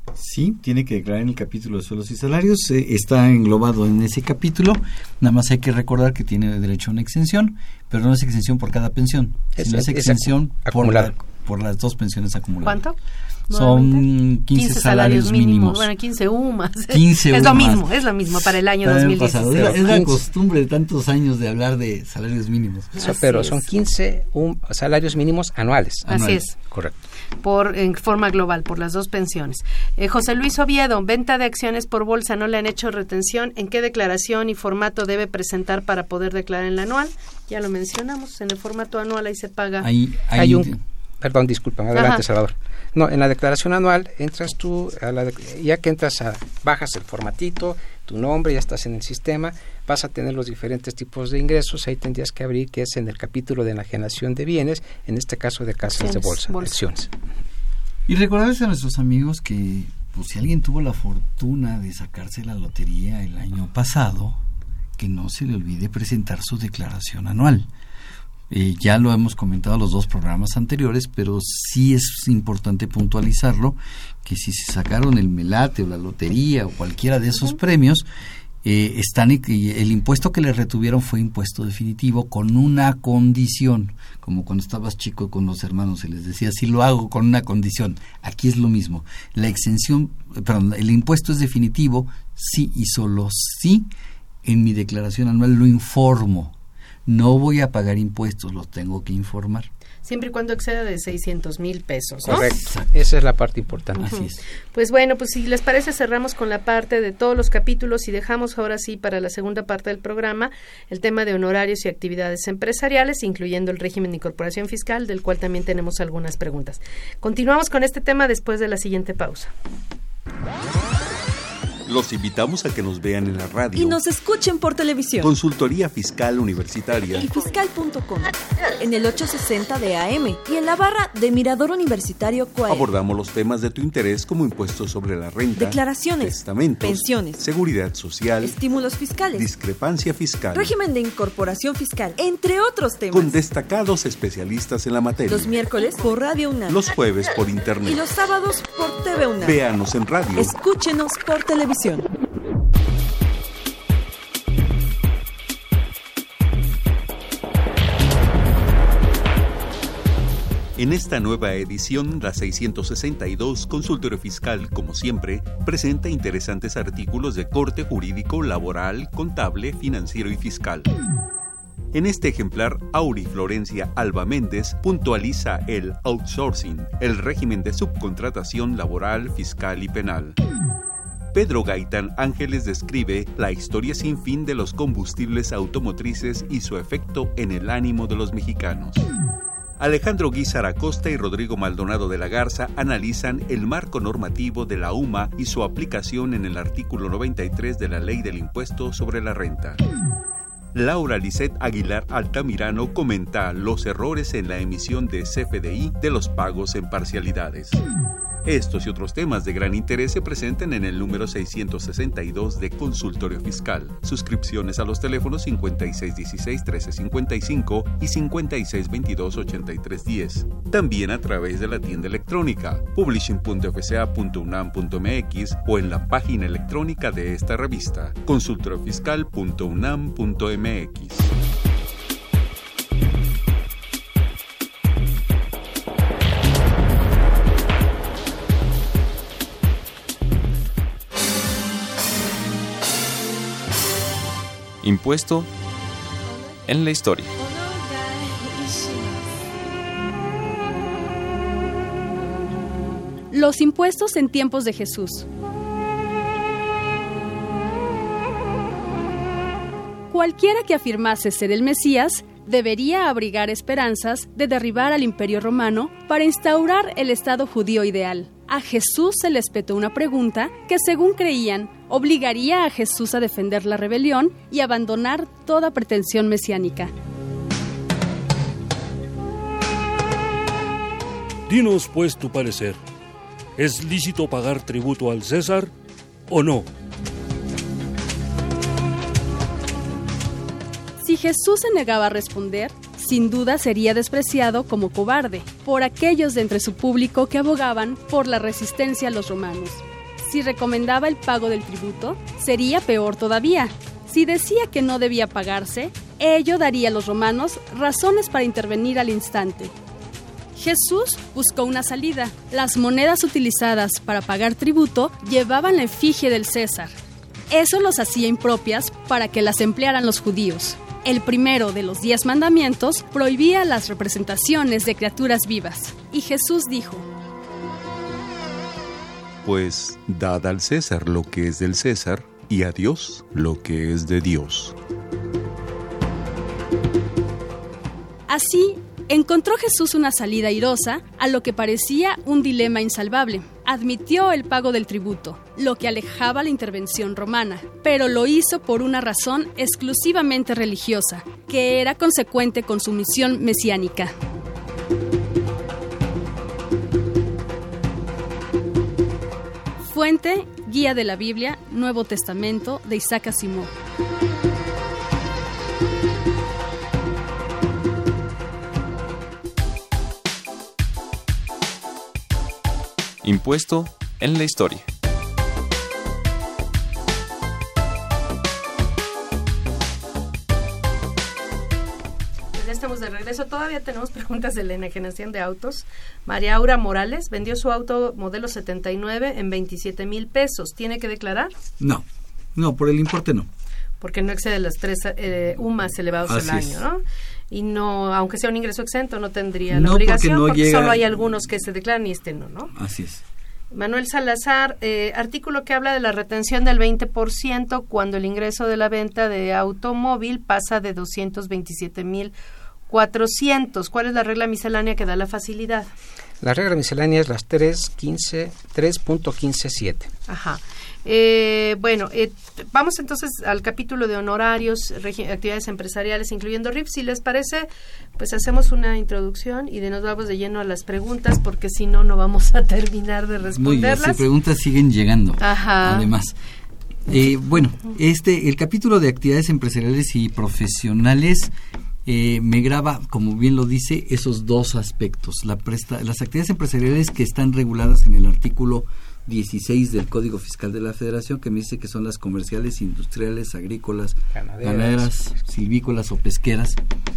I: Sí, tiene que declarar en el capítulo de sueldos y salarios, está englobado en ese capítulo, nada más hay que recordar que tiene derecho a una exención, pero no es exención por cada pensión, sino es exención por las 2 pensiones acumuladas.
C: ¿Cuánto?
I: Son 15 salarios mínimos.
C: Bueno, 15 UMAS.
I: 15
C: es
I: UMAS.
C: lo mismo para el año 2016.
I: Es la costumbre de tantos años de hablar de salarios mínimos.
F: Pero son 15 salarios mínimos anuales.
C: Así es.
F: Correcto.
C: En forma global, por las 2 pensiones. José Luis Oviedo, venta de acciones por bolsa, no le han hecho retención. ¿En qué declaración y formato debe presentar para poder declarar en la anual? Ya lo mencionamos, en el formato anual ahí se paga.
F: Hay un... Perdón, disculpa, adelante, Salvador. No, en la declaración anual entras tú, ya que bajas el formatito, tu nombre, ya estás en el sistema, vas a tener los diferentes tipos de ingresos, ahí tendrías que abrir, que es en el capítulo de enajenación de bienes, en este caso de casas de bolsa, acciones.
I: Y recordarles a nuestros amigos que, pues, si alguien tuvo la fortuna de sacarse la lotería el año pasado, que no se le olvide presentar su declaración anual. Ya lo hemos comentado en los 2 programas anteriores, pero sí es importante puntualizarlo, que si se sacaron el melate o la lotería o cualquiera de esos premios, el impuesto que le retuvieron fue impuesto definitivo con una condición, como cuando estabas chico con los hermanos se les decía, sí lo hago con una condición. Aquí es lo mismo, el impuesto es definitivo, sí y solo sí, en mi declaración anual lo informo. No voy a pagar impuestos, los tengo que informar.
C: Siempre y cuando exceda de 600,000 pesos, ¿no?
F: Correcto, esa es la parte importante.
I: Así es.
C: Pues bueno, pues si les parece cerramos con la parte de todos los capítulos y dejamos ahora sí para la segunda parte del programa el tema de honorarios y actividades empresariales, incluyendo el régimen de incorporación fiscal, del cual también tenemos algunas preguntas. Continuamos con este tema después de la siguiente pausa.
J: Los invitamos a que nos vean en la radio
L: y nos escuchen por televisión.
J: Consultoría Fiscal Universitaria
L: y fiscal.com, en el 860 de AM y en la barra de Mirador Universitario Coahuila.
J: Abordamos los temas de tu interés como impuestos sobre la renta,
L: declaraciones,
J: testamentos,
L: pensiones,
J: seguridad social,
L: estímulos fiscales,
J: discrepancia fiscal,
L: régimen de incorporación fiscal, entre otros temas.
J: Con destacados especialistas en la materia.
L: Los miércoles por Radio UNAM.
J: Los jueves por internet.
L: Y los sábados por TV UNAM.
J: Véanos en radio.
L: Escúchenos por televisión.
J: En esta nueva edición, la 662, Consultorio Fiscal, como siempre, presenta interesantes artículos de corte jurídico, laboral, contable, financiero y fiscal. En este ejemplar, Auri Florencia Alba Méndez puntualiza el outsourcing, el régimen de subcontratación laboral, fiscal y penal. Pedro Gaitán Ángeles describe la historia sin fin de los combustibles automotrices y su efecto en el ánimo de los mexicanos. Alejandro Guízar Acosta y Rodrigo Maldonado de la Garza analizan el marco normativo de la UMA y su aplicación en el artículo 93 de la Ley del Impuesto sobre la Renta. Laura Lisset Aguilar Altamirano comenta los errores en la emisión de CFDI de los pagos en parcialidades. Estos y otros temas de gran interés se presentan en el número 662 de Consultorio Fiscal. Suscripciones a los teléfonos 5616-1355 y 5622-8310. También a través de la tienda electrónica publishing.fca.unam.mx o en la página electrónica de esta revista consultoriofiscal.unam.mx.
B: Impuesto en la historia.
M: Los impuestos en tiempos de Jesús. Cualquiera que afirmase ser el Mesías debería abrigar esperanzas de derribar al Imperio Romano para instaurar el Estado judío ideal. A Jesús se le espetó una pregunta que, según creían, obligaría a Jesús a defender la rebelión y abandonar toda pretensión mesiánica.
N: Dinos, pues, tu parecer. ¿Es lícito pagar tributo al César o no?
M: Si Jesús se negaba a responder, sin duda sería despreciado como cobarde por aquellos de entre su público que abogaban por la resistencia a los romanos. Si recomendaba el pago del tributo, sería peor todavía. Si decía que no debía pagarse, ello daría a los romanos razones para intervenir al instante. Jesús buscó una salida. Las monedas utilizadas para pagar tributo llevaban la efigie del César. Eso los hacía impropias para que las emplearan los judíos. El primero de los 10 mandamientos prohibía las representaciones de criaturas vivas. Y Jesús dijo:
J: Pues dad al César lo que es del César y a Dios lo que es de Dios.
M: Así, encontró Jesús una salida airosa a lo que parecía un dilema insalvable. Admitió el pago del tributo, lo que alejaba la intervención romana, pero lo hizo por una razón exclusivamente religiosa, que era consecuente con su misión mesiánica. Fuente: Guía de la Biblia, Nuevo Testamento, de Isaac Asimov.
B: Impuesto en la historia.
C: Ya estamos de regreso. Todavía tenemos preguntas de la enajenación de autos. María Aura Morales vendió su auto modelo 79 en 27,000 pesos. ¿Tiene que declarar?
I: No, por el importe no.
C: Porque no excede las 3 UMAS elevados al año, ¿no? Y no, aunque sea un ingreso exento, no tendría la obligación, porque solo hay algunos que se declaran y este no.
I: Así es.
C: Manuel Salazar, artículo que habla de la retención del 20% cuando el ingreso de la venta de automóvil pasa de 227,400. ¿Cuál es la regla miscelánea que da la facilidad?
F: La regla miscelánea es las 3.15.7.
C: Ajá. Vamos entonces al capítulo de honorarios, actividades empresariales, incluyendo RIF. Si les parece, pues hacemos una introducción y nos vamos de lleno a las preguntas, porque si no, no vamos a terminar de responderlas.
I: Las preguntas siguen llegando.
C: Ajá.
I: Además, el capítulo de actividades empresariales y profesionales me graba, como bien lo dice, esos dos aspectos. Las actividades empresariales que están reguladas en el artículo 16 del Código Fiscal de la Federación, que me dice que son las comerciales, industriales, agrícolas, ganaderas, silvícolas o pesqueras,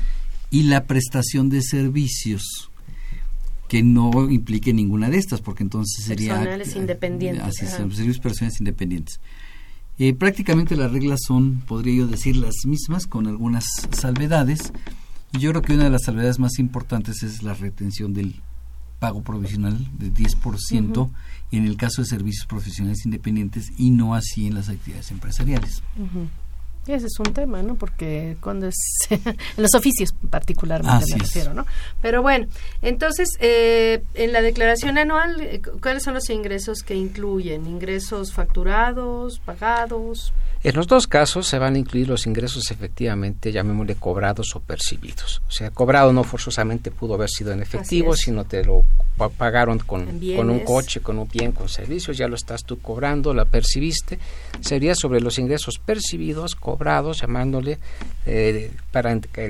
I: y la prestación de servicios que no implique ninguna de estas, porque entonces sería
C: personales independientes.
I: Así son, servicios personales independientes. Prácticamente las reglas son, podría yo decir, las mismas, con algunas salvedades. Yo creo que una de las salvedades más importantes es la retención del pago provisional de 10% en el caso de servicios profesionales independientes, y no así en las actividades empresariales.
C: Y ese es un tema, ¿no? Porque cuando es en los oficios particularmente me refiero, ¿no? Pero bueno, entonces, en la declaración anual, ¿cuáles son los ingresos que incluyen? ¿Ingresos facturados, pagados?
F: En los dos casos se van a incluir los ingresos efectivamente, llamémosle cobrados o percibidos. O sea, cobrado no forzosamente pudo haber sido en efectivo, sino te lo pagaron con un coche, con un bien, con servicios, ya lo estás tú cobrando, la percibiste. Sería sobre los ingresos percibidos, cobrados, llamándole, para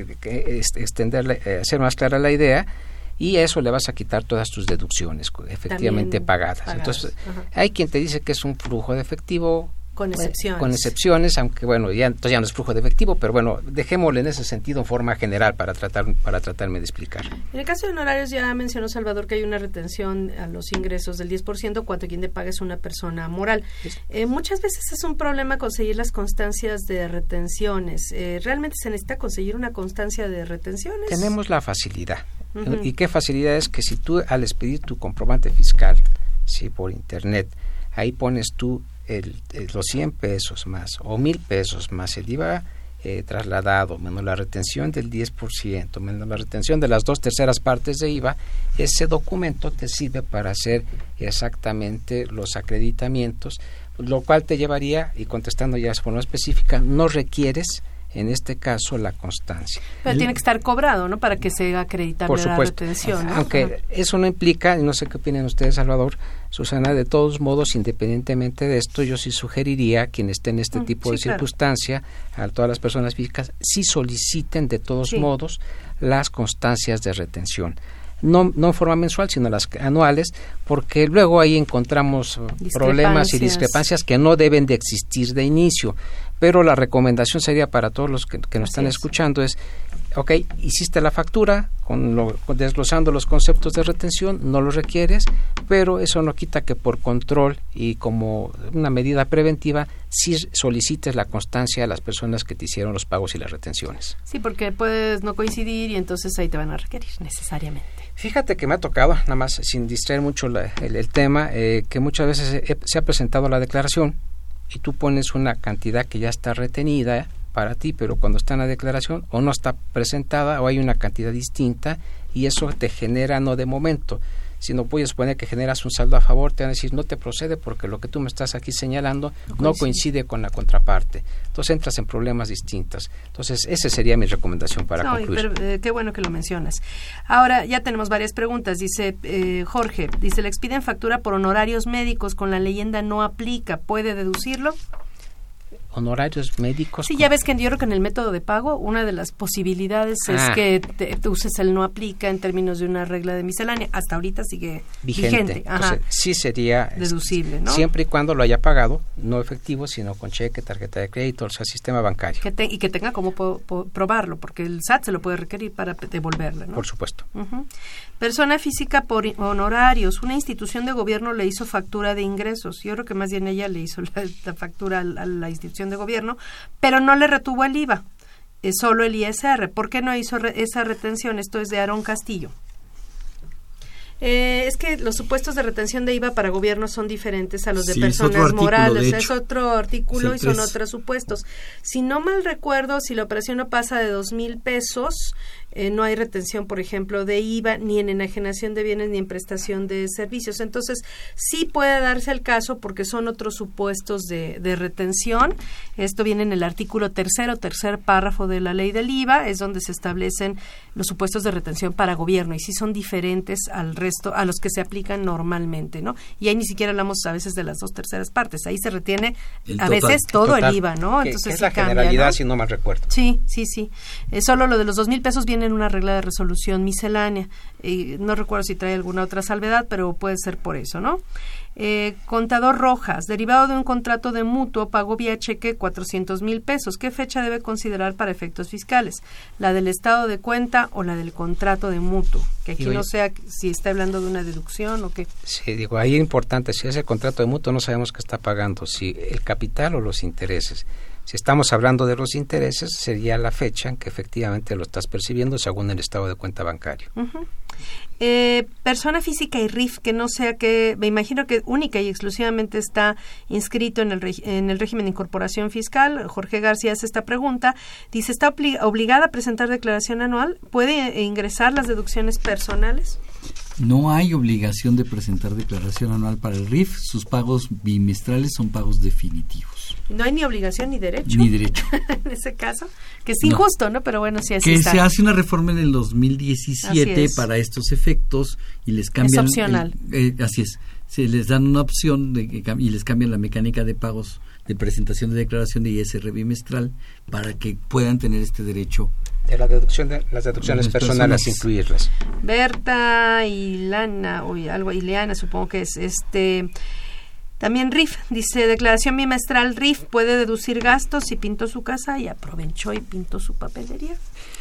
F: extenderle, hacer más clara la idea, y eso le vas a quitar todas tus deducciones efectivamente pagadas. Entonces, hay quien te dice que es un flujo de efectivo,
C: con excepciones.
F: Con excepciones, aunque bueno, entonces ya no es flujo de efectivo, pero bueno, dejémosle en ese sentido en forma general para tratarme de explicar.
C: En el caso de honorarios ya mencionó Salvador que hay una retención a los ingresos del 10% cuando quien te paga es una persona moral. Muchas veces es un problema conseguir las constancias de retenciones. ¿Realmente se necesita conseguir una constancia de retenciones?
F: Tenemos la facilidad. ¿Y qué facilidad es? Que si tú al expedir tu comprobante fiscal, sí, por internet, ahí pones tú los 100 pesos más o 1,000 pesos más el IVA trasladado, menos la retención del 10%, menos la retención de las 2/3 partes de IVA, ese documento te sirve para hacer exactamente los acreditamientos, lo cual te llevaría, y contestando ya de forma específica, no requieres en este caso la constancia.
C: Pero tiene que estar cobrado, ¿no? Para que sea acreditable la retención, ¿no?
F: Aunque eso no implica, y no sé qué opinan ustedes, Salvador, Susana, de todos modos, independientemente de esto, yo sí sugeriría a quienes estén en este tipo de circunstancia, a todas las personas físicas, sí soliciten de todos modos las constancias de retención. no en forma mensual, sino las anuales, porque luego ahí encontramos problemas y discrepancias que no deben de existir de inicio. Pero la recomendación sería para todos los que nos están escuchando es, ok, hiciste la factura desglosando los conceptos de retención, no los requieres, pero eso no quita que por control y como una medida preventiva sí solicites la constancia a las personas que te hicieron los pagos y las retenciones.
C: Sí, porque puedes no coincidir y entonces ahí te van a requerir necesariamente.
F: Fíjate que me ha tocado, nada más sin distraer mucho el tema, que muchas veces se ha presentado la declaración y tú pones una cantidad que ya está retenida para ti, pero cuando está en la declaración o no está presentada o hay una cantidad distinta y eso te genera no de momento, sino puedes suponer que generas un saldo a favor, te van a decir no te procede porque lo que tú me estás aquí señalando no coincide con la contraparte. Entonces entras en problemas distintos. Entonces esa sería mi recomendación para concluir.
C: Pero, qué bueno que lo mencionas. Ahora ya tenemos varias preguntas. Dice Jorge, dice, le expiden factura por honorarios médicos con la leyenda no aplica, ¿puede deducirlo?
F: Honorarios médicos.
C: Sí, ya ves que yo creo que en el método de pago una de las posibilidades es que te uses el no aplica en términos de una regla de miscelánea. Hasta ahorita sigue vigente.
F: Entonces, sí sería
C: deducible, ¿no?
F: Siempre y cuando lo haya pagado, no efectivo, sino con cheque, tarjeta de crédito, o sea, sistema bancario.
C: Y que tenga cómo probarlo, porque el SAT se lo puede requerir para devolverle, ¿no?
F: Por supuesto.
C: Persona física por honorarios. Una institución de gobierno le hizo factura de ingresos. Yo creo que más bien ella le hizo la factura a la institución de gobierno, pero no le retuvo el IVA, solo el ISR. ¿Por qué no hizo esa retención? Esto es de Aarón Castillo. Es que los supuestos de retención de IVA para gobierno son diferentes a los de personas morales. Es otro artículo y son otros supuestos. Si no mal recuerdo, si la operación no pasa de 2,000 pesos, no hay retención, por ejemplo, de IVA, ni en enajenación de bienes, ni en prestación de servicios. Entonces, sí puede darse el caso porque son otros supuestos de retención. Esto viene en el artículo tercer párrafo de la ley del IVA, es donde se establecen los supuestos de retención para gobierno y sí son diferentes al resto, a los que se aplican normalmente, ¿no? Y ahí ni siquiera hablamos a veces de las 2/3 partes, ahí se retiene a veces todo el IVA, ¿no?
F: Entonces que es la generalidad, ¿no? Si no mal recuerdo.
C: Sí. Solo lo de los 2,000 pesos viene en una regla de resolución miscelánea. No recuerdo si trae alguna otra salvedad, pero puede ser por eso, ¿no? Contador Rojas, derivado de un contrato de mutuo, pagó vía cheque 400,000 pesos. ¿Qué fecha debe considerar para efectos fiscales? ¿La del estado de cuenta o la del contrato de mutuo? Que aquí no sea si está hablando de una deducción o qué.
F: Sí, digo, ahí es importante, si es el contrato de mutuo no sabemos qué está pagando, si el capital o los intereses. Si estamos hablando de los intereses, sería la fecha en que efectivamente lo estás percibiendo según el estado de cuenta bancario.
C: Persona física y RIF que no sea que, me imagino que única y exclusivamente está inscrito en el régimen de incorporación fiscal. Jorge García hace esta pregunta. Dice, ¿está obligada a presentar declaración anual? ¿Puede ingresar las deducciones personales?
I: No hay obligación de presentar declaración anual para el RIF. Sus pagos bimestrales son pagos definitivos.
C: No hay ni obligación ni derecho.
I: Ni derecho.
C: En ese caso, que es injusto, ¿no? Pero bueno, sí así
I: que
C: está.
I: Se hace una reforma en el 2017 para estos efectos y les cambian.
C: Es opcional.
I: Así es. Se les dan una opción y les cambian la mecánica de pagos de presentación de declaración de ISR bimestral para que puedan tener este derecho.
F: De la deducción de las deducciones personales, incluirlas.
C: Berta y Lana, Ileana supongo que es también RIF, dice, declaración bimestral RIF, puede deducir gastos si pintó su casa y aprovechó y pintó su papelería.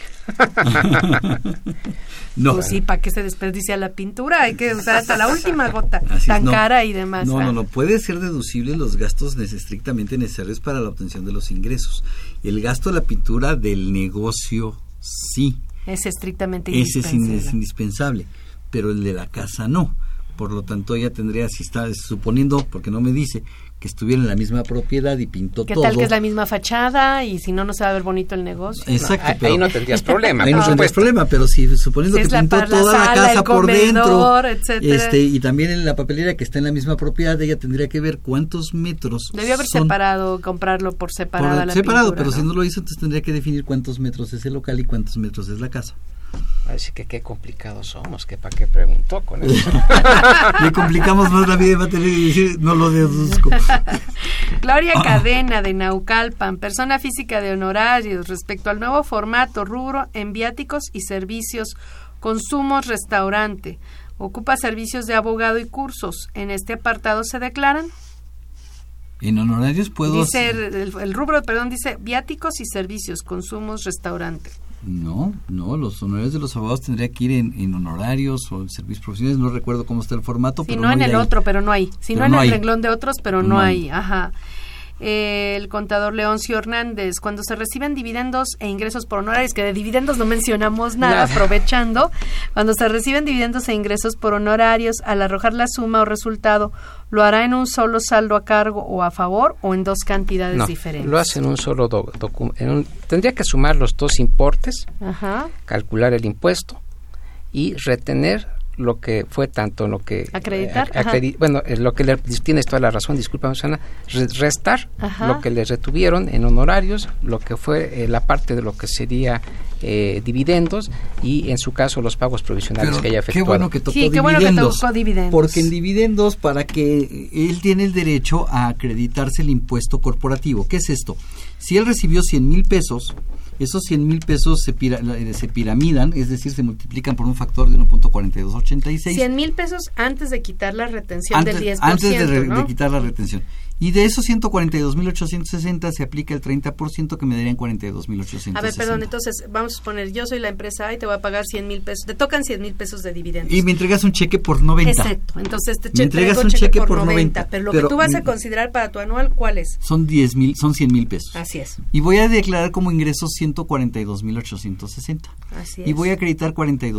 I: No.
C: Pues sí, ¿para qué se desperdicia la pintura? Hay que usar hasta la última gota, cara y demás.
I: No, puede ser deducible los gastos estrictamente necesarios para la obtención de los ingresos. El gasto de la pintura del negocio, sí.
C: Es estrictamente indispensable.
I: Ese es indispensable, pero el de la casa no. Por lo tanto, ella tendría, si está suponiendo, porque no me dice, que estuviera en la misma propiedad y pintó todo.
C: ¿Qué tal que es la misma fachada y si no se va a ver bonito el negocio?
I: Exacto.
F: Ahí no tendrías problema.
I: Ahí no tendrías problema, pero si suponiendo que pintó toda la casa por dentro, y también en la papelera que está en la misma propiedad, ella tendría que ver cuántos metros.
C: Debió haber separado, comprarlo por separada la
I: separado,
C: pintura,
I: pero
C: ¿no?
I: Si no lo hizo, entonces tendría que definir cuántos metros es el local y cuántos metros es la casa.
F: Así que qué complicados somos, que para qué preguntó con eso.
I: Le complicamos más la vida, va a tener que decir, no lo deduzco.
C: Gloria Cadena de Naucalpan, persona física de honorarios, respecto al nuevo formato, rubro en viáticos y servicios, consumos, restaurante, ocupa servicios de abogado y cursos. En este apartado se declaran.
I: En honorarios puedo...
C: Dice el rubro, perdón, dice viáticos y servicios, consumos, restaurante.
I: No, los honorarios de los abogados tendría que ir en honorarios o en servicios profesionales, no recuerdo cómo está el formato.
C: Si
I: pero
C: no en el otro, pero no hay. Si no en el renglón de otros, pero no hay. Ajá. El contador Leoncio Hernández, cuando se reciben dividendos e ingresos por honorarios, que de dividendos no mencionamos nada, aprovechando, cuando se reciben dividendos e ingresos por honorarios, al arrojar la suma o resultado, ¿lo hará en un solo saldo a cargo o a favor o en dos cantidades diferentes?
F: Lo hace en un solo documento. Tendría que sumar los dos importes, calcular el impuesto y retener lo que fue tanto lo que
C: acreditar,
F: lo que tienes toda la razón, disculpa Susana, restar lo que le retuvieron en honorarios, lo que fue la parte de lo que sería dividendos y en su caso los pagos provisionales que haya efectuado.
I: Qué bueno que tocó dividendos, porque en dividendos, para que él tiene el derecho a acreditarse el impuesto corporativo. ¿Qué es esto? Si él recibió 100,000 pesos, esos 100,000 pesos se piramidan, es decir, se multiplican por un factor de 1.4286.
C: 100,000 pesos antes de quitar la retención del 10%.
I: Antes de quitar la retención. Y de esos 142,860 se aplica el 30%, que me darían 42,860.
C: A ver, perdón, entonces vamos a suponer, yo soy la empresa A y te voy a pagar 100,000 pesos. Te tocan 100,000 pesos de dividendos.
I: Y me entregas un cheque por 90.
C: Exacto. Entonces
I: me entregas un cheque por 90.
C: Pero lo que tú vas a considerar para tu anual, ¿cuál es?
I: Son 100,000 pesos.
C: Así es.
I: Y voy a declarar como ingresos 142,860.
C: Así es.
I: Y voy a acreditar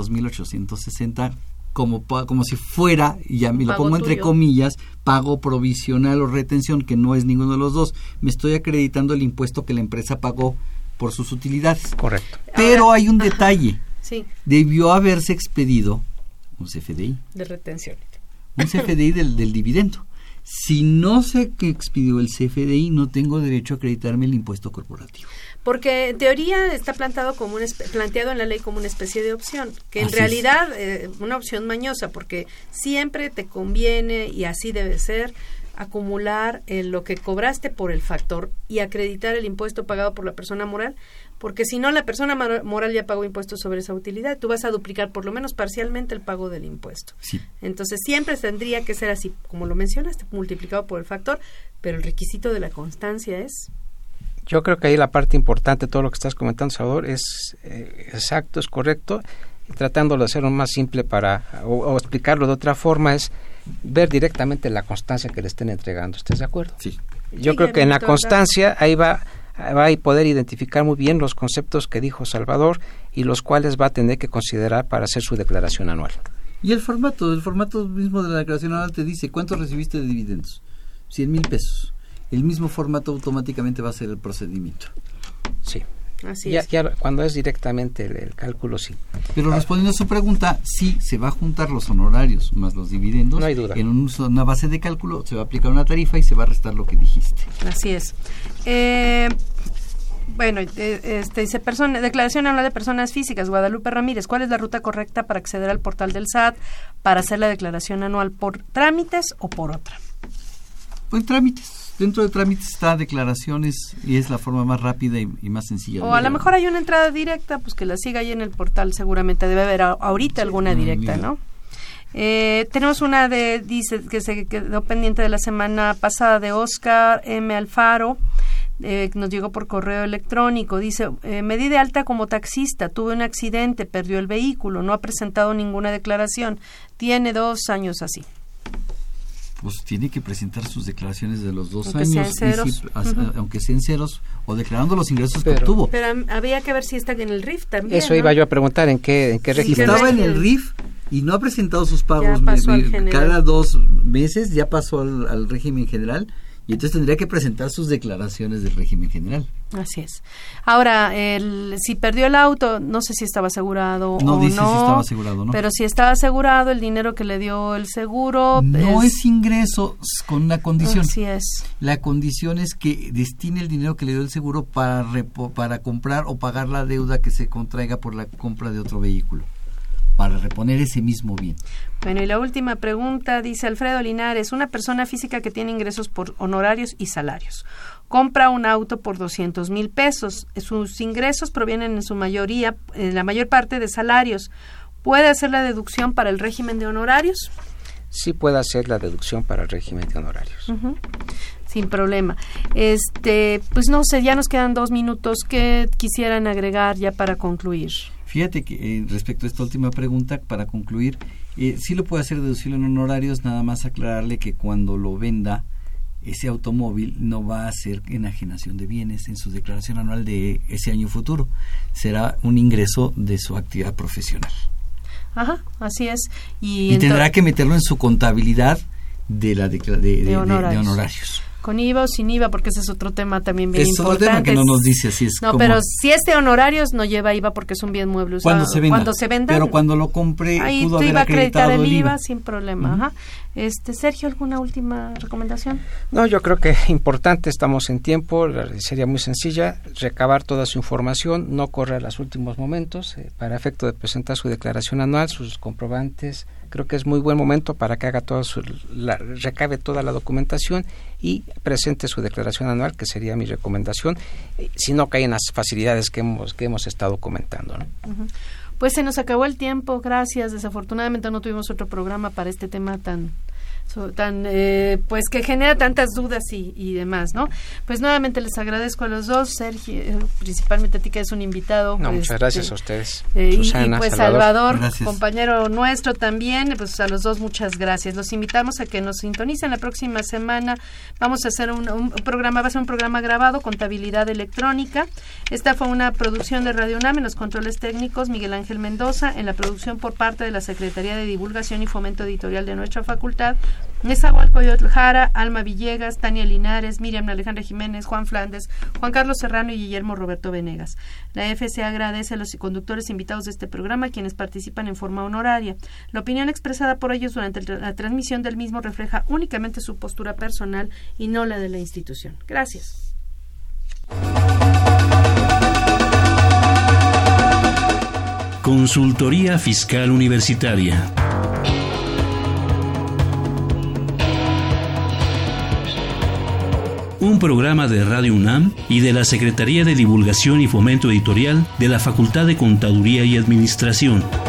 I: 42,860 como si fuera, y ya me lo pongo entre comillas, pago provisional o retención, que no es ninguno de los dos. Me estoy acreditando el impuesto que la empresa pagó por sus utilidades.
F: Correcto.
I: Pero hay un detalle.
C: Sí.
I: Debió haberse expedido un CFDI.
C: De retención.
I: Un CFDI del dividendo. Si no se expidió el CFDI, no tengo derecho a acreditarme el impuesto corporativo.
C: Porque en teoría está planteado en la ley como una especie de opción, que en realidad una opción mañosa, porque siempre te conviene, y así debe ser, acumular lo que cobraste por el factor y acreditar el impuesto pagado por la persona moral, porque si no, la persona moral ya pagó impuestos sobre esa utilidad, tú vas a duplicar por lo menos parcialmente el pago del impuesto.
I: Sí.
C: Entonces siempre tendría que ser así, como lo mencionaste, multiplicado por el factor, pero el requisito de la constancia es...
F: Yo creo que ahí la parte importante de todo lo que estás comentando, Salvador, es exacto, es correcto, y tratándolo de hacerlo más simple o explicarlo de otra forma, es ver directamente la constancia que le estén entregando. ¿Estás de acuerdo?
I: Sí.
F: Yo creo que en la constancia ahí va a poder identificar muy bien los conceptos que dijo Salvador y los cuales va a tener que considerar para hacer su declaración anual.
I: Y el formato mismo de la declaración anual te dice cuánto recibiste de dividendos, 100,000 pesos. El mismo formato automáticamente va a ser el procedimiento.
F: Sí.
C: Así es.
F: Ya cuando es directamente el cálculo, sí.
I: Pero respondiendo a su pregunta, sí se va a juntar los honorarios más los dividendos.
F: No hay duda.
I: En una base de cálculo se va a aplicar una tarifa y se va a restar lo que dijiste.
C: Así es. Dice declaración anual de personas físicas. Guadalupe Ramírez, ¿cuál es la ruta correcta para acceder al portal del SAT para hacer la declaración anual? ¿Por trámites o por otra?
I: Pues trámites. Dentro de trámites está declaraciones y es la forma más rápida y más sencilla.
C: O a lo mejor hay una entrada directa, pues que la siga ahí en el portal, seguramente debe haber ahorita alguna directa, ¿no? Tenemos una dice que se quedó pendiente de la semana pasada, de Oscar M. Alfaro, nos llegó por correo electrónico, dice, me di de alta como taxista, tuve un accidente, perdió el vehículo, no ha presentado ninguna declaración, tiene 2 años así.
I: Pues tiene que presentar sus declaraciones de los 2
C: aunque
I: años,
C: sean ceros.
I: Aunque sean ceros, o declarando los ingresos que obtuvo.
C: Pero había que ver si está en el RIF también.
F: Eso iba yo a preguntar, ¿en qué régimen?
I: Si estaba en el RIF y no ha presentado sus pagos
C: cada
I: 2 meses, ya pasó al régimen general y entonces tendría que presentar sus declaraciones del régimen general.
C: Así es. Ahora, si perdió el auto, no sé si estaba asegurado
I: no
C: o
I: dice
C: no.
I: Si estaba asegurado, ¿no?
C: Pero si estaba asegurado, el dinero que le dio el seguro...
I: No es ingreso con una condición.
C: Así es.
I: La condición es que destine el dinero que le dio el seguro para comprar o pagar la deuda que se contraiga por la compra de otro vehículo, para reponer ese mismo bien.
C: Bueno, y la última pregunta, dice Alfredo Linares, una persona física que tiene ingresos por honorarios y salarios, compra un auto por 200,000 pesos, sus ingresos provienen en su mayoría, en la mayor parte de salarios, ¿puede hacer la deducción para el régimen de honorarios?
F: Sí puede hacer la deducción para el régimen de honorarios.
C: Uh-huh. Sin problema. Pues no sé, ya nos quedan 2 minutos. ¿Qué quisieran agregar ya para concluir?
I: Fíjate que respecto a esta última pregunta, para concluir, sí lo puede hacer deducible en honorarios, nada más aclararle que cuando lo venda, ese automóvil no va a ser enajenación de bienes en su declaración anual de ese año futuro. Será un ingreso de su actividad profesional.
C: Ajá, así es.
I: Y tendrá que meterlo en su contabilidad de honorarios.
C: Con IVA o sin IVA, porque ese es otro tema también bien importante.
I: Es otro tema que no nos dice así es.
C: No, como... pero si es de honorarios no lleva IVA porque es un bien mueble usado.
I: Cuando se venda. Pero cuando lo compre
C: ahí
I: pudo
C: te
I: haber
C: iba a acreditar el IVA sin problema.
I: Uh-huh.
C: Ajá. Sergio, ¿alguna última recomendación?
F: No, yo creo que es importante, estamos en tiempo, sería muy sencilla, recabar toda su información, no correr a los últimos momentos, para efecto de presentar su declaración anual, sus comprobantes. Creo que es muy buen momento para que haga recabe toda la documentación y presente su declaración anual, que sería mi recomendación, si no caen las facilidades que hemos estado comentando, ¿no?
C: Uh-huh. Pues se nos acabó el tiempo, gracias. Desafortunadamente no tuvimos otro programa para este tema tan pues que genera tantas dudas y demás, ¿no? Pues nuevamente les agradezco a los dos, Sergio, principalmente a ti que es un invitado.
F: No, muchas gracias a ustedes.
C: Susana, y pues Salvador,
I: gracias.
C: Compañero nuestro también, pues a los dos muchas gracias. Los invitamos a que nos sintonicen la próxima semana. Vamos a hacer un programa, va a ser un programa grabado, Contabilidad Electrónica. Esta fue una producción de Radio UNAM, en los controles técnicos Miguel Ángel Mendoza, en la producción por parte de la Secretaría de Divulgación y Fomento Editorial de nuestra facultad, Nezahualcóyotl Jara, Alma Villegas, Tania Linares, Miriam Alejandra Jiménez, Juan Flandes, Juan Carlos Serrano y Guillermo Roberto Venegas. La FCA agradece a los conductores invitados de este programa, quienes participan en forma honoraria. La opinión expresada por ellos durante la transmisión del mismo refleja únicamente su postura personal y no la de la institución. Gracias.
D: Consultoría Fiscal Universitaria. Un programa de Radio UNAM y de la Secretaría de Divulgación y Fomento Editorial de la Facultad de Contaduría y Administración.